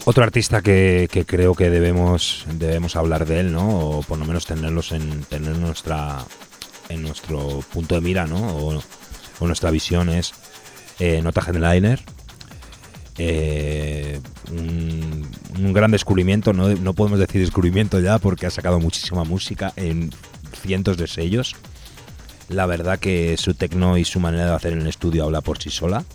Otro artista que, que creo que debemos debemos hablar de él, ¿no? O por lo menos tenerlos en tener nuestra en nuestro punto de mira, ¿no? O, o nuestra visión es eh, Nota Headliner. Eh, un, un gran descubrimiento, no, no podemos decir descubrimiento ya porque ha sacado muchísima música en cientos de sellos. La verdad que su techno y su manera de hacer en el estudio habla por sí sola.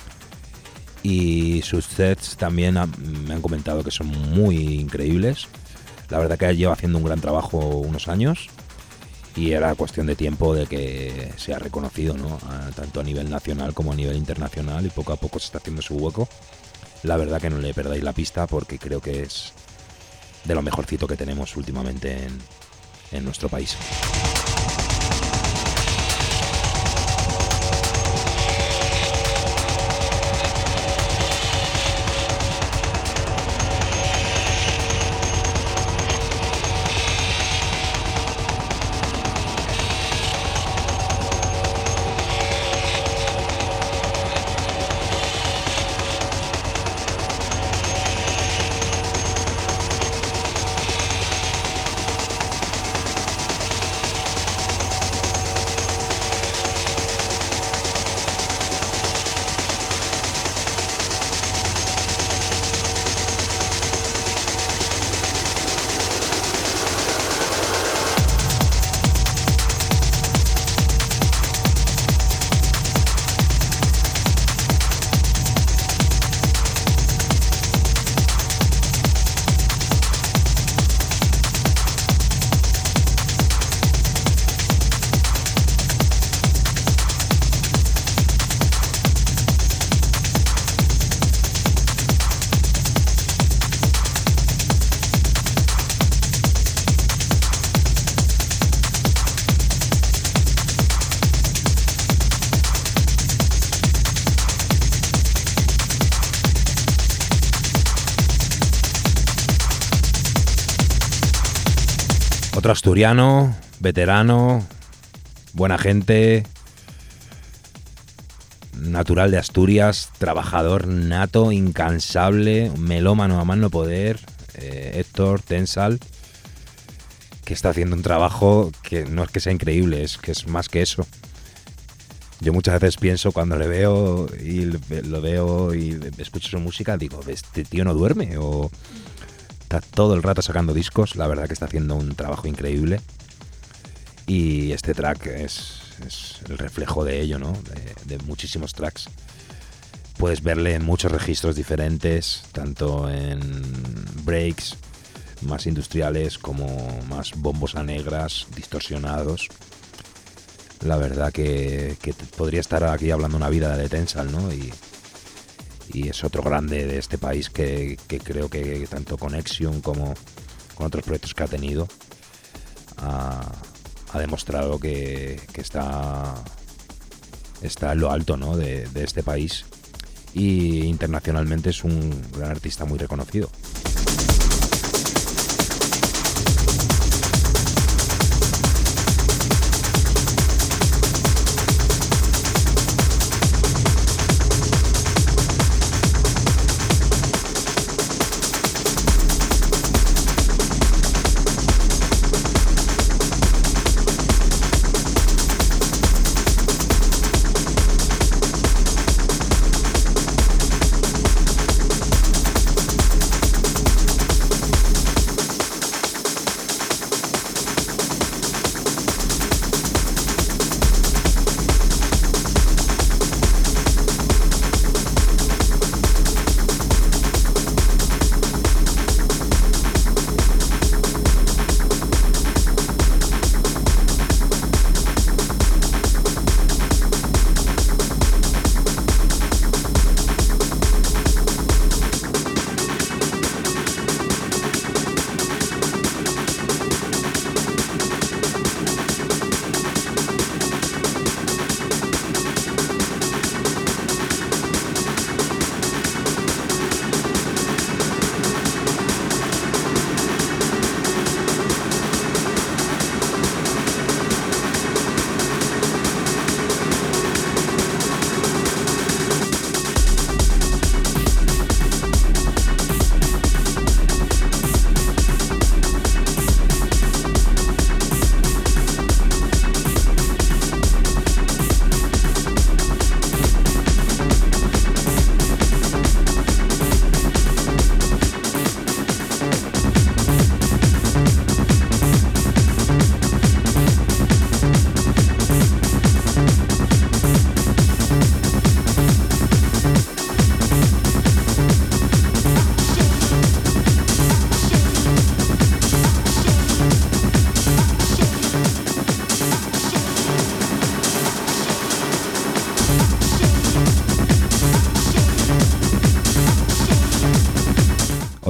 Y sus sets también ha, me han comentado que son muy increíbles. La verdad que lleva haciendo un gran trabajo unos años y era cuestión de tiempo de que sea reconocido, ¿no? A, tanto a nivel nacional como a nivel internacional, y poco a poco se está haciendo su hueco. La verdad que no le perdáis la pista porque creo que es de lo mejorcito que tenemos últimamente en, en nuestro país. Otro asturiano, veterano, buena gente, natural de Asturias, trabajador nato, incansable, melómano a más no poder, eh, Héctor Tensal, que está haciendo un trabajo que no es que sea increíble, es que es más que eso. Yo muchas veces pienso cuando le veo y lo veo y escucho su música, digo, ¿este tío no duerme? O está todo el rato sacando discos. La verdad que está haciendo un trabajo increíble. Y este track es, es el reflejo de ello, ¿no? De, de muchísimos tracks. Puedes verle en muchos registros diferentes, tanto en breaks más industriales como más bombos a negras, distorsionados. La verdad que, que podría estar aquí hablando una vida de Tensal, ¿no? Y, y es otro grande de este país que, que creo que tanto con Exium como con otros proyectos que ha tenido ha, ha demostrado que, que está, está en lo alto, ¿no? de, de este país, y internacionalmente es un gran artista muy reconocido.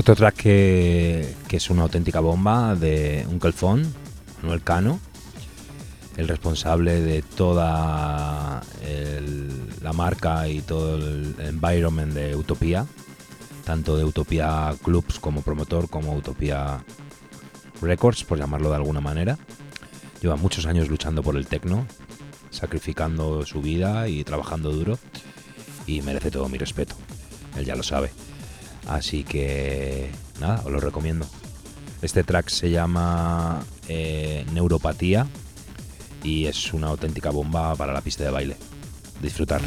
Otro track que, que es una auténtica bomba de Uncle Fon, Manuel Cano, el responsable de toda el, la marca y todo el environment de Utopía, tanto de Utopía Clubs como promotor, como Utopía Records, por llamarlo de alguna manera. Lleva muchos años luchando por el techno, sacrificando su vida y trabajando duro, y merece todo mi respeto. Él ya lo sabe. Así que nada, os lo recomiendo. Este track se llama eh, Neuropatía y es una auténtica bomba para la pista de baile. Disfrutar.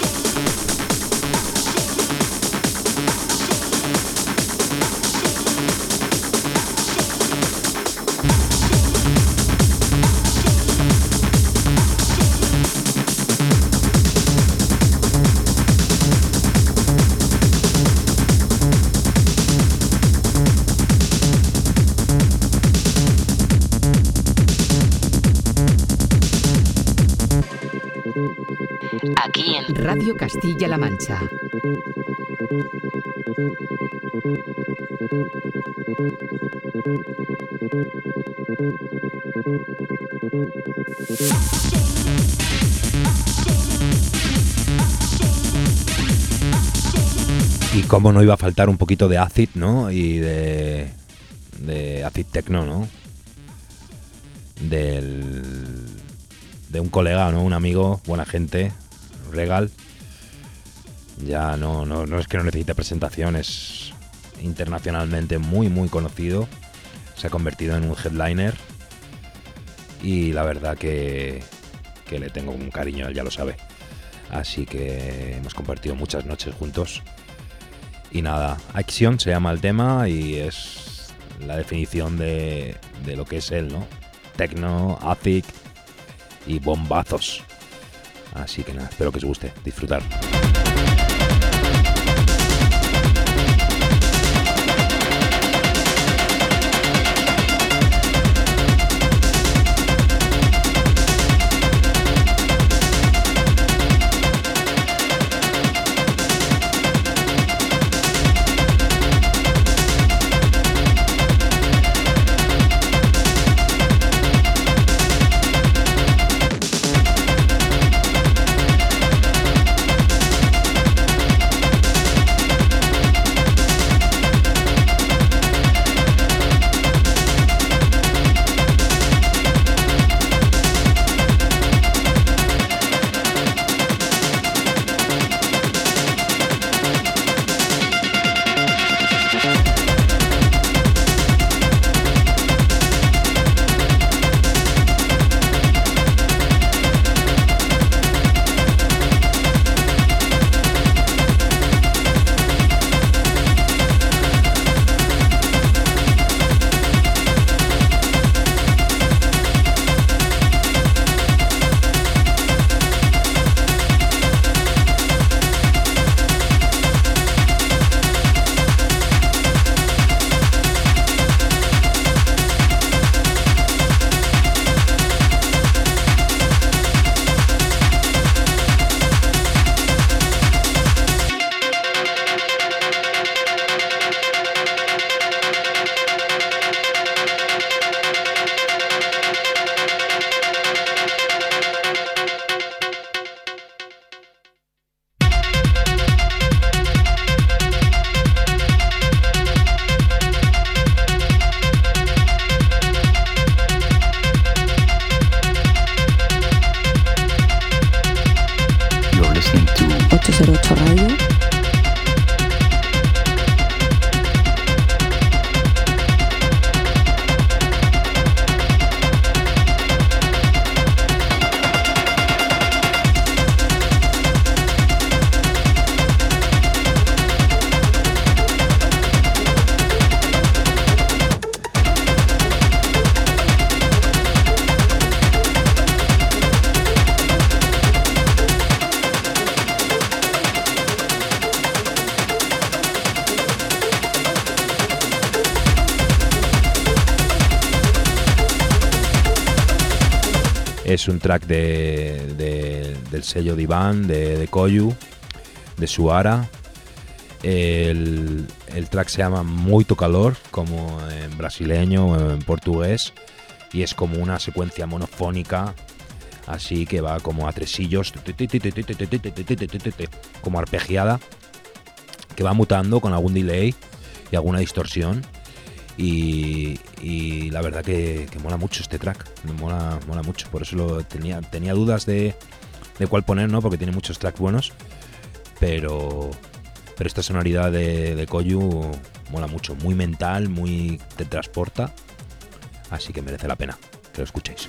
Aquí en Radio Castilla-La Mancha. Y cómo no iba a faltar un poquito de acid, ¿no? Y de, de acid techno, ¿no? Del, de un colega, ¿no? Un amigo, buena gente, Regal. Ya no, no, no es que no necesite presentación, es internacionalmente muy, muy conocido. Se ha convertido en un headliner. Y la verdad que, que le tengo un cariño, él ya lo sabe. Así que hemos compartido muchas noches juntos. Y nada, Action se llama el tema y es la definición de, de lo que es él, ¿no? Techno, acid y bombazos. Así que nada, espero que os guste. Disfrutar. ocho cero ocho Radio. Es un track de, de, del sello Divan, de, de Koyu, de Suara. El, el track se llama Muito Calor, como en brasileño o en portugués, y es como una secuencia monofónica, así que va como a tresillos, como arpegiada, que va mutando con algún delay y alguna distorsión. Y, y la verdad que, que mola mucho este track, me mola, mola mucho, por eso lo tenía, tenía dudas de, de cuál poner, ¿no? Porque tiene muchos tracks buenos, pero, pero esta sonoridad de, de Koyu mola mucho, muy mental, muy te transporta, así que merece la pena que lo escuchéis.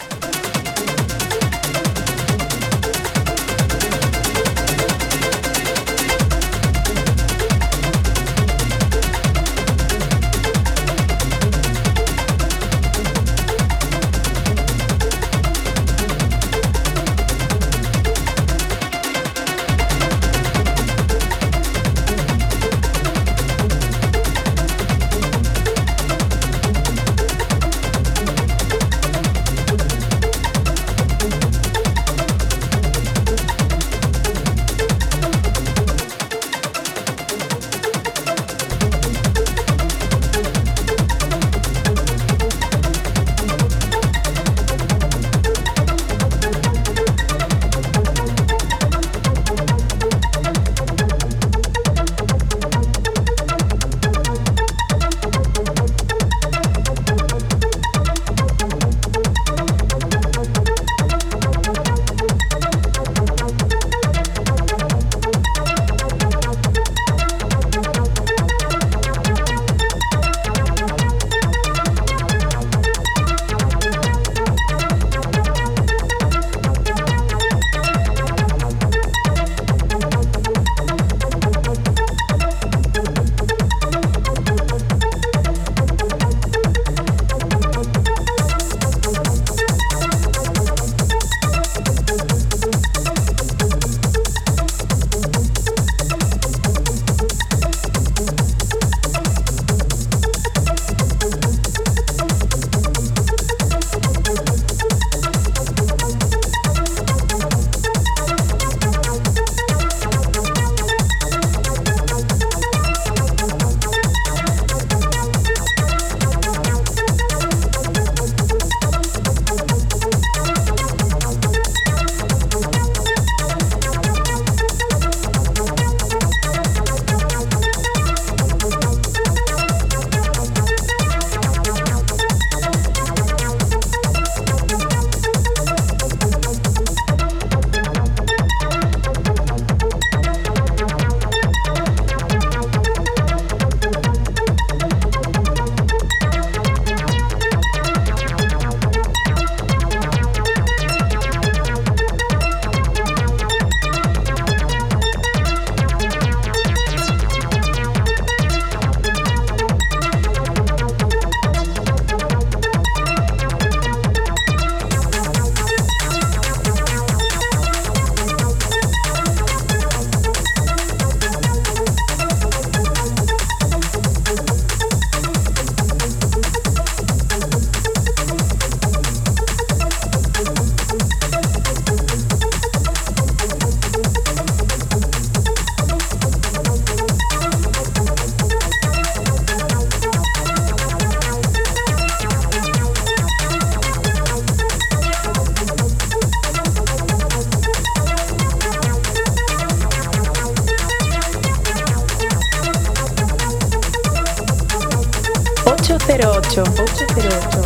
ocho cero ocho. ocho cero ocho.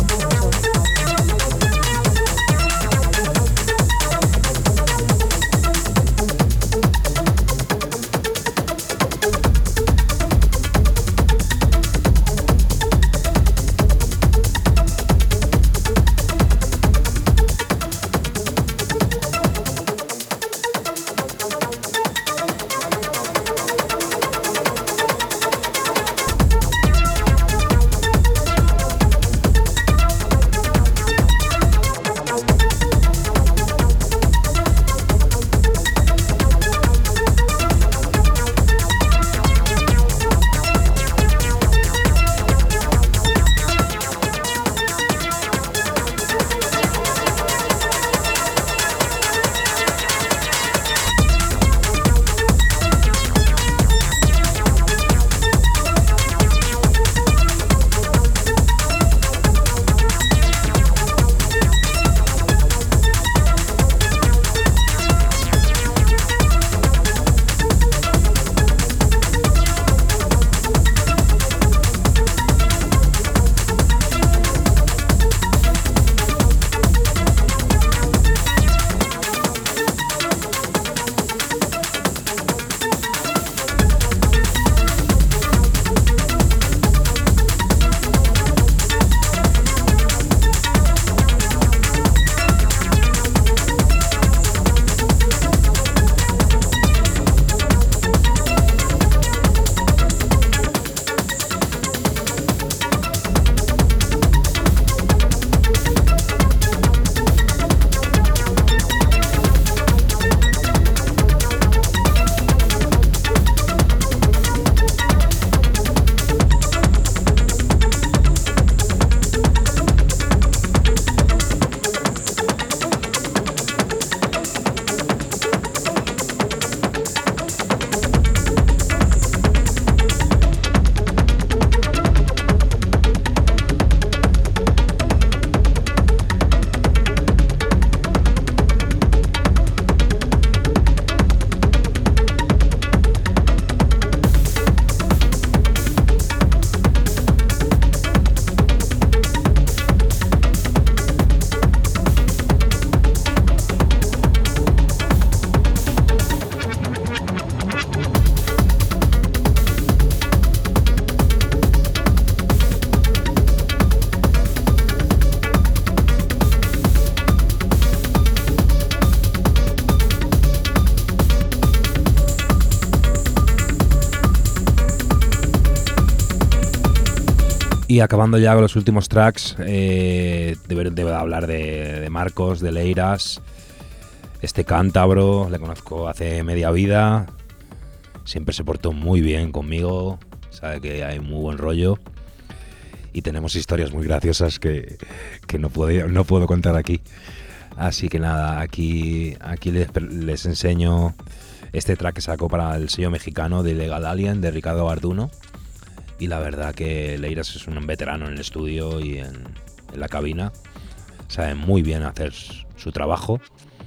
Y acabando ya con los últimos tracks, eh, debo, debo hablar de, de Marcos, de Leiras, este cántabro, le conozco hace media vida, siempre se portó muy bien conmigo, sabe que hay muy buen rollo y tenemos historias muy graciosas que, que no, puedo, no puedo contar aquí. Así que nada, aquí, aquí les, les enseño este track que sacó para el sello mexicano de Illegal Alien de Ricardo Garduno. Y la verdad que Leiras es un veterano en el estudio y en, en la cabina. Sabe muy bien hacer su trabajo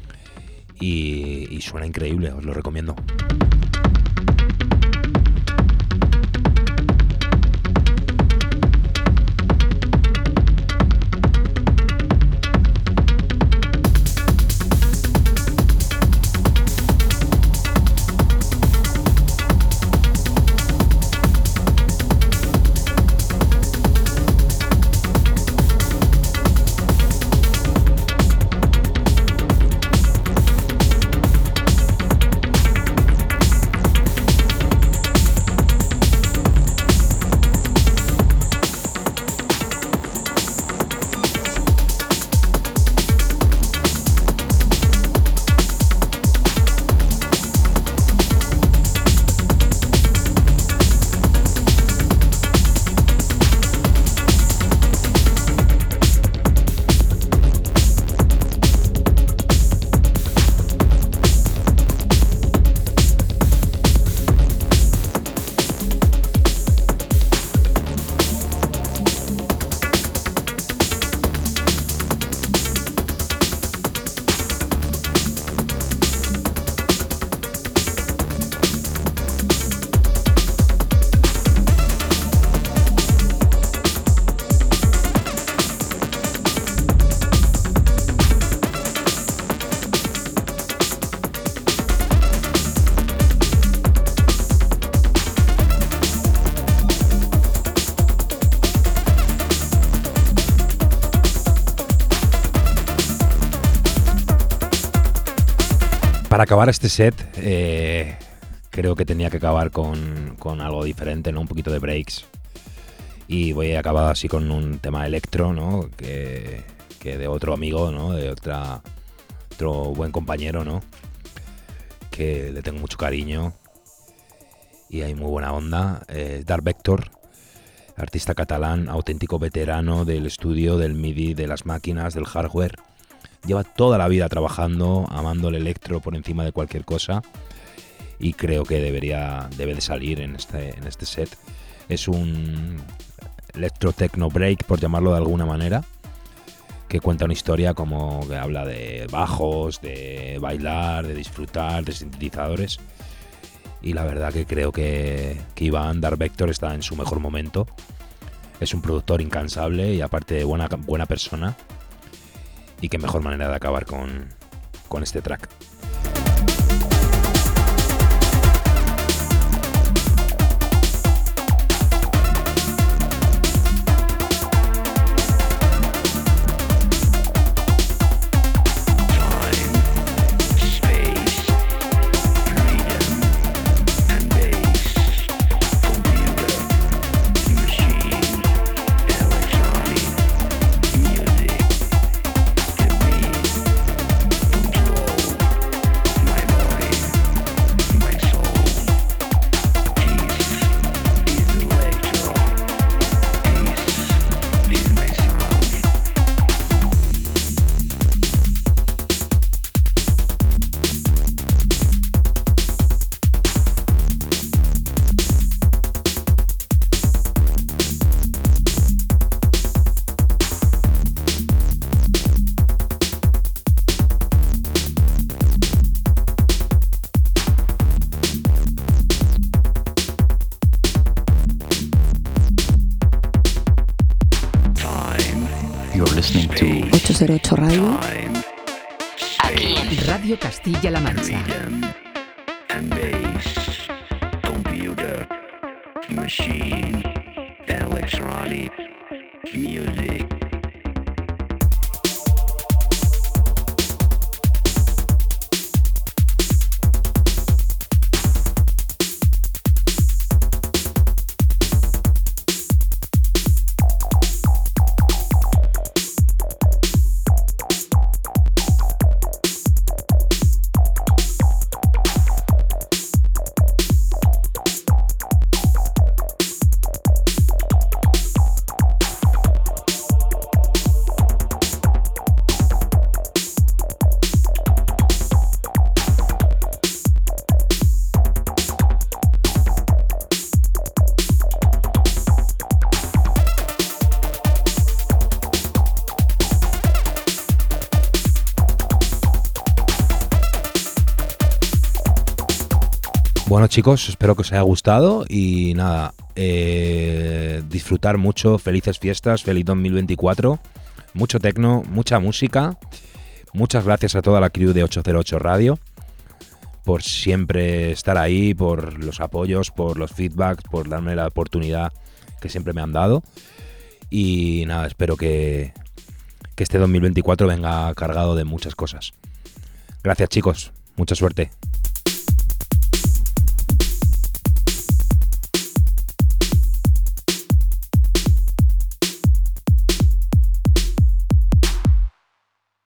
y, y suena increíble, os lo recomiendo. Para acabar este set, eh, creo que tenía que acabar con, con algo diferente, ¿no? Un poquito de breaks. Y voy a acabar así con un tema electro, ¿no? Que, que de otro amigo, ¿no? De otra, otro buen compañero, ¿no? Que le tengo mucho cariño y hay muy buena onda. Eh, Dark Vector, artista catalán, auténtico veterano del estudio, del M I D I, de las máquinas, del hardware. Lleva toda la vida trabajando, amando el electro por encima de cualquier cosa y creo que debería debe de salir en este, en este set. Es un electro techno break, por llamarlo de alguna manera, que cuenta una historia como que habla de bajos, de bailar, de disfrutar, de sintetizadores y la verdad que creo que, que Iván Dark Vector está en su mejor momento. Es un productor incansable y aparte de buena, buena persona. Y qué mejor manera de acabar con, con este track. ocho cero ocho Radio. Aquí en Radio Castilla-La Mancha. Computer, machine, electronic, music. Bueno, chicos, espero que os haya gustado y nada, eh, disfrutar mucho, felices fiestas, feliz dos mil veinticuatro, mucho tecno, mucha música. Muchas gracias a toda la crew de ocho cero ocho Radio por siempre estar ahí, por los apoyos, por los feedbacks, por darme la oportunidad que siempre me han dado. Y nada, espero que, que este dos mil veinticuatro venga cargado de muchas cosas. Gracias, chicos. Mucha suerte.